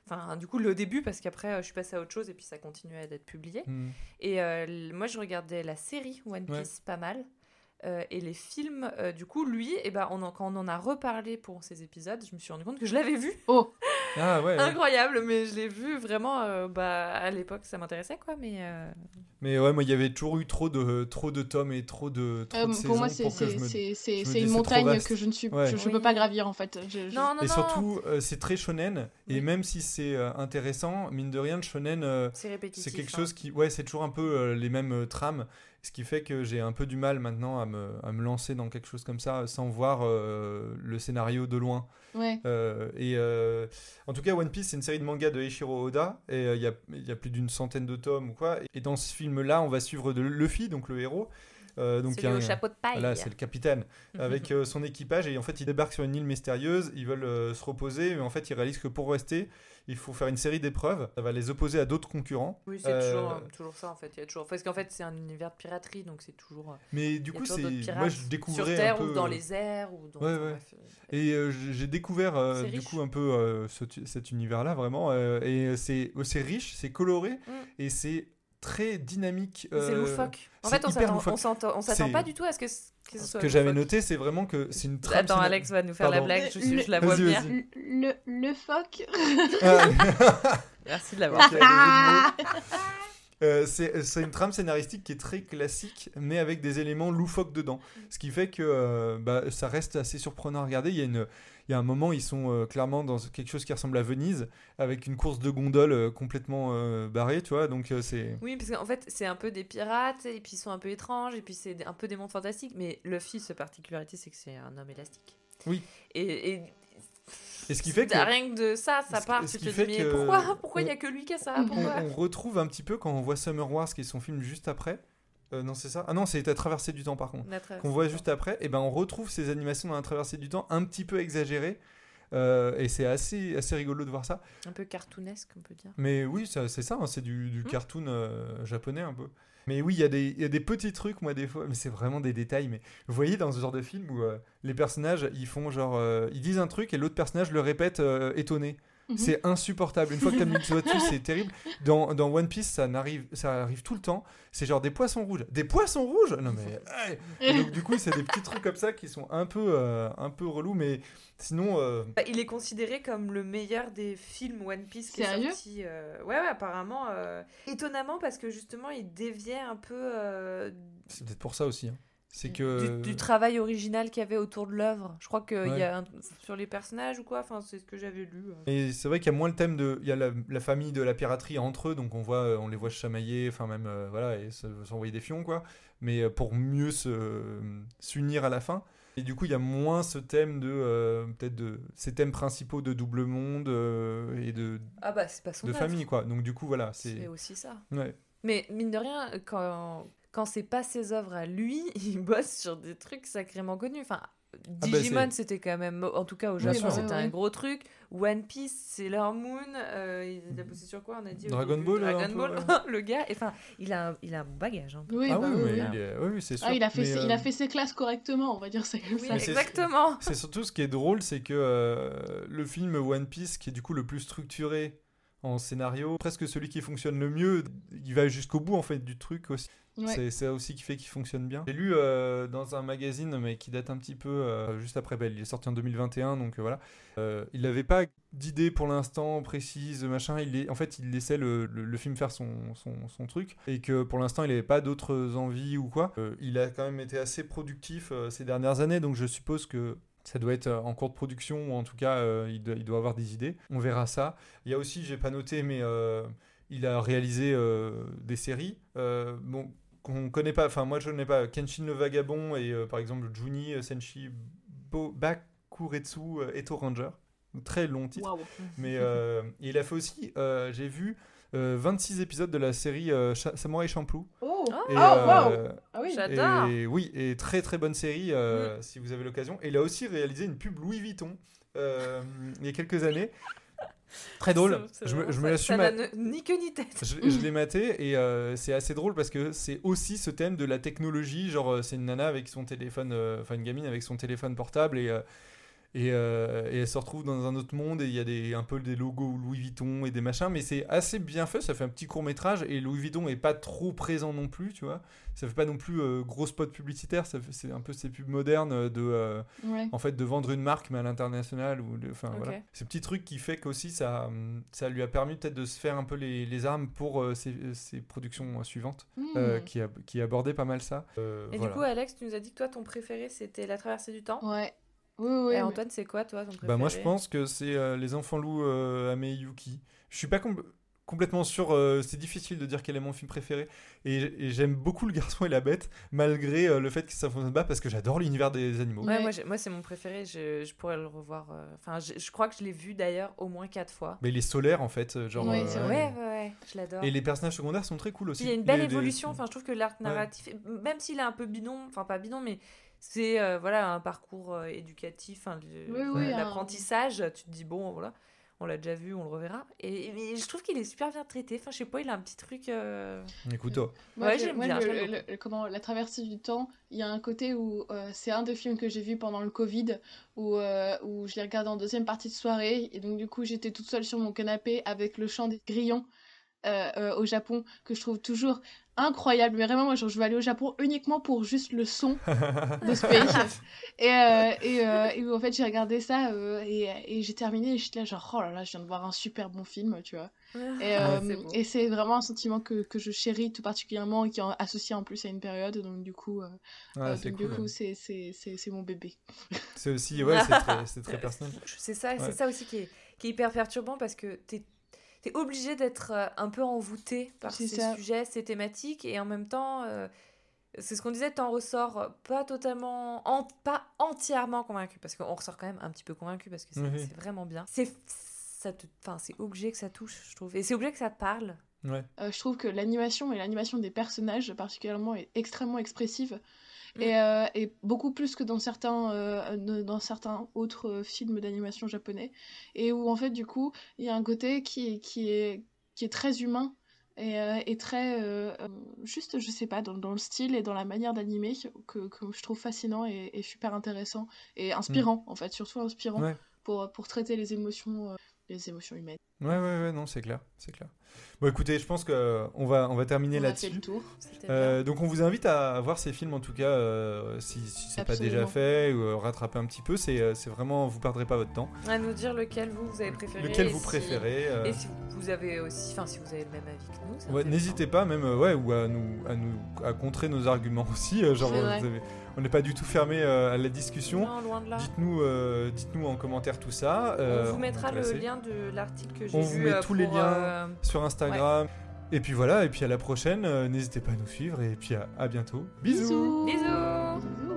Enfin, du coup, le début, parce qu'après, je suis passée à autre chose et puis ça continuait d'être publié. Et moi, je regardais la série One Piece pas mal. Et les films, du coup, lui, quand on en a reparlé pour ces épisodes, je me suis rendu compte que je l'avais vu. Oh. Incroyable, mais je l'ai vu vraiment. À l'époque, ça m'intéressait, quoi. Mais ouais, moi, il y y toujours eu trop de tomes et trop de saisons. Pour moi, c'est une montagne que je ne peux pas gravir, en fait. Non. Et surtout, c'est très shonen. Et même si c'est intéressant, mine de rien, le shonen, c'est répétitif. C'est quelque chose qui... Ouais, c'est toujours un peu les mêmes trames. Ce qui fait que j'ai un peu du mal maintenant à me lancer dans quelque chose comme ça sans voir le scénario de loin. Ouais. En tout cas, One Piece, c'est une série de mangas de Eiichiro Oda. Et il y a plus d'une centaine de tomes ou quoi. Et dans ce film-là, on va suivre Luffy, donc le héros. C'est le chapeau de paille. Voilà, c'est le capitaine. Avec son équipage. Et en fait, ils débarquent sur une île mystérieuse. Ils veulent se reposer. Mais en fait, ils réalisent que pour rester, il faut faire une série d'épreuves. Ça va les opposer à d'autres concurrents. Oui, c'est toujours ça, en fait. Il y a toujours... Parce qu'en fait, c'est un univers de piraterie. Donc, c'est toujours... Mais du coup, moi, je découvrais sur Terre un peu... ou dans les airs. Ou dans... Bref. Et j'ai découvert du coup un peu cet univers-là, vraiment. Et c'est riche, c'est coloré. Et c'est très dynamique. C'est loufoque. En fait, on s'attend pas du tout à ce que ce soit ce que j'avais noté, c'est vraiment que c'est une trame. Attends, Alex va nous faire la blague, je la vois venir. Le phoque. Merci de l'avoir fait. C'est une trame scénaristique qui est très classique, mais avec des éléments loufoques dedans. Ce qui fait que ça reste assez surprenant à regarder. Il y a un moment, ils sont clairement dans quelque chose qui ressemble à Venise, avec une course de gondole complètement barrée, tu vois. Donc c'est... Oui, parce qu'en fait, c'est un peu des pirates, et puis ils sont un peu étranges, et puis c'est un peu des mondes fantastiques. Mais Luffy, sa particularité, c'est que c'est un homme élastique. Oui. Et ce qui fait que... Rien que de ça part, tu te dis, mais pourquoi il n'y a que lui qui a ça? On retrouve un petit peu quand on voit Summer Wars, qui est son film juste après. Non, c'est ça. Ah non, c'est La Traversée du Temps, par contre. Qu'on voit juste après. Et ben, on retrouve ces animations dans La Traversée du Temps un petit peu exagérées. Et c'est assez rigolo de voir ça. Un peu cartoonesque, on peut dire. Mais oui, c'est ça. C'est du cartoon japonais, un peu. Mais oui, il y a des petits trucs, moi, des fois. Mais c'est vraiment des détails. Mais vous voyez, dans ce genre de film où les personnages, ils font genre... ils disent un truc et l'autre personnage le répète étonné. C'est insupportable. Une fois que tu as mis le doigt dessus, c'est terrible. Dans One Piece, ça arrive tout le temps. C'est genre des poissons rouges. Des poissons rouges? Non mais... Et donc du coup, c'est des petits trucs comme ça qui sont un peu relous. Mais sinon... Il est considéré comme le meilleur des films One Piece qui est sorti. Ouais, apparemment. Étonnamment, parce que justement, il déviait un peu... C'est peut-être pour ça aussi. C'est que... du travail original qu'il y avait autour de l'œuvre. Je crois qu'il y a sur les personnages ou quoi, enfin, c'est ce que j'avais lu. Et c'est vrai qu'il y a moins le thème de... Il y a la famille de la piraterie entre eux, donc on les voit se chamailler, enfin même, et s'envoyer des fions, quoi. Mais pour mieux s'unir à la fin. Et du coup, il y a moins ce thème peut-être de ces thèmes principaux de double monde et de... Ah bah, c'est pas son de œuvre. famille, quoi. Donc du coup, voilà. C'est aussi ça. Ouais. Mais mine de rien, quand c'est pas ses œuvres à lui, il bosse sur des trucs sacrément connus. Enfin, Digimon, c'était quand même, en tout cas au Japon, c'était un gros truc. One Piece, Sailor Moon, il a bossé sur quoi, on a dit Dragon Ball, le gars, enfin, il a un bon bagage. Hein. Oui, oui, c'est sûr. Il a fait ses classes correctement, on va dire ça comme ça. Exactement. C'est surtout ce qui est drôle, c'est que le film One Piece, qui est du coup le plus structuré en scénario, presque celui qui fonctionne le mieux, il va jusqu'au bout en fait du truc aussi. Ouais. C'est ça aussi qui fait qu'il fonctionne bien. J'ai lu dans un magazine, mais qui date un petit peu juste après, il est sorti en 2021, donc voilà. Il n'avait pas d'idée pour l'instant précise, machin. En fait, il laissait le film faire son truc, et que pour l'instant, il n'avait pas d'autres envies ou quoi. Il a quand même été assez productif ces dernières années, donc je suppose que ça doit être en cours de production, ou en tout cas, il doit avoir des idées. On verra ça. Il y a aussi, j'ai pas noté, mais il a réalisé des séries. Qu'on connaît pas, enfin moi je connais pas, Kenshin le Vagabond et par exemple Juni Senshi Bakuretsu Eto Ranger, très long titre. Wow. Mais il a fait aussi, j'ai vu 26 épisodes de la série Samurai Champloo. Oh, et, wow. Ah oui. J'adore. Et très très bonne série si vous avez l'occasion. Et il a aussi réalisé une pub Louis Vuitton il y a quelques années. Très drôle. Je me l'assume. Ça n'a ni queue ni tête. Je l'ai maté et c'est assez drôle parce que c'est aussi ce thème de la technologie. Genre, c'est une nana avec son téléphone, une gamine avec son téléphone portable Et elle se retrouve dans un autre monde et il y a un peu des logos Louis Vuitton et des machins, mais c'est assez bien fait, ça fait un petit court-métrage et Louis Vuitton est pas trop présent non plus, tu vois. Ça fait pas non plus gros spot publicitaire, c'est un peu ces pubs modernes en fait, de vendre une marque mais à l'international. Voilà. Ces petits trucs qui fait qu'aussi ça lui a permis peut-être de se faire un peu les armes pour ses productions suivantes, qui abordaient pas mal ça. Et du coup, Alex, tu nous as dit que toi, ton préféré, c'était La Traversée du Temps. Ouais. Oui, et Antoine, c'est quoi, toi, ton préféré ? Bah moi, je pense que c'est Les Enfants Loups, Ame et Yuki. Je suis pas complètement sûr, c'est difficile de dire quel est mon film préféré. Et j'aime beaucoup Le Garçon et la Bête, malgré le fait que ça fonctionne pas, parce que j'adore l'univers des animaux. Ouais, moi c'est mon préféré, je pourrais le revoir. Je crois que je l'ai vu d'ailleurs au moins 4 fois. Mais il est solaire, en fait. Genre, ouais, je l'adore. Et les personnages secondaires sont très cool aussi. Il y a une belle évolution, je trouve que l'arc narratif, même s'il est un peu bidon, enfin pas bidon, mais... C'est un parcours éducatif, l'apprentissage. Tu te dis, bon, voilà, on l'a déjà vu, on le reverra. Mais je trouve qu'il est super bien traité. Enfin, je sais pas, il a un petit truc. Écoute-toi. J'aime bien. La Traversée du Temps, il y a un côté où c'est un des films que j'ai vu pendant le Covid, où je l'ai regardé en deuxième partie de soirée. Et donc, du coup, j'étais toute seule sur mon canapé avec le chant des grillons au Japon, que je trouve toujours incroyable. Mais vraiment, moi, je vais aller au Japon uniquement pour juste le son de ce pays. Et en fait, j'ai regardé ça et j'ai terminé et j'étais là genre, oh là là, je viens de voir un super bon film, tu vois. Et c'est vraiment un sentiment que je chéris tout particulièrement et qui est associé en plus à une période. Donc du coup, c'est mon bébé. C'est aussi, c'est très personnel. C'est ça aussi qui est hyper perturbant, parce que t'es obligé d'être un peu envoûté par ces sujets, ces thématiques, et en même temps, c'est ce qu'on disait, t'en ressors pas totalement, pas entièrement convaincu, parce qu'on ressort quand même un petit peu convaincu, parce que c'est vraiment bien. C'est obligé que ça touche, je trouve, et c'est obligé que ça te parle. Ouais. Je trouve que l'animation des personnages particulièrement est extrêmement expressive. Et beaucoup plus que dans certains autres films d'animation japonais, et où en fait du coup il y a un côté qui est très humain et très juste, je sais pas, dans le style et dans la manière d'animer que je trouve fascinant et super intéressant et inspirant, en fait, surtout inspirant pour traiter les émotions humaines. Ouais, non, c'est clair. Bon, écoutez, je pense qu'on va terminer là-dessus. On a fait le tour. Donc on vous invite à voir ces films, en tout cas, si c'est pas déjà fait, ou rattraper un petit peu, c'est vraiment, vous perdrez pas votre temps. À nous dire lequel vous avez préféré. Et si vous avez aussi, si vous avez le même avis que nous. N'hésitez pas même, ou à contrer nos arguments aussi. On n'est pas du tout fermé à la discussion. Non, loin de là. Dites-nous en commentaire tout ça. On vous mettra le lien de l'article que j'ai vu. On vous met tous les liens sur Instagram. Ouais. Et puis voilà, et puis à la prochaine. N'hésitez pas à nous suivre, et puis à bientôt. Bisous. Bisous.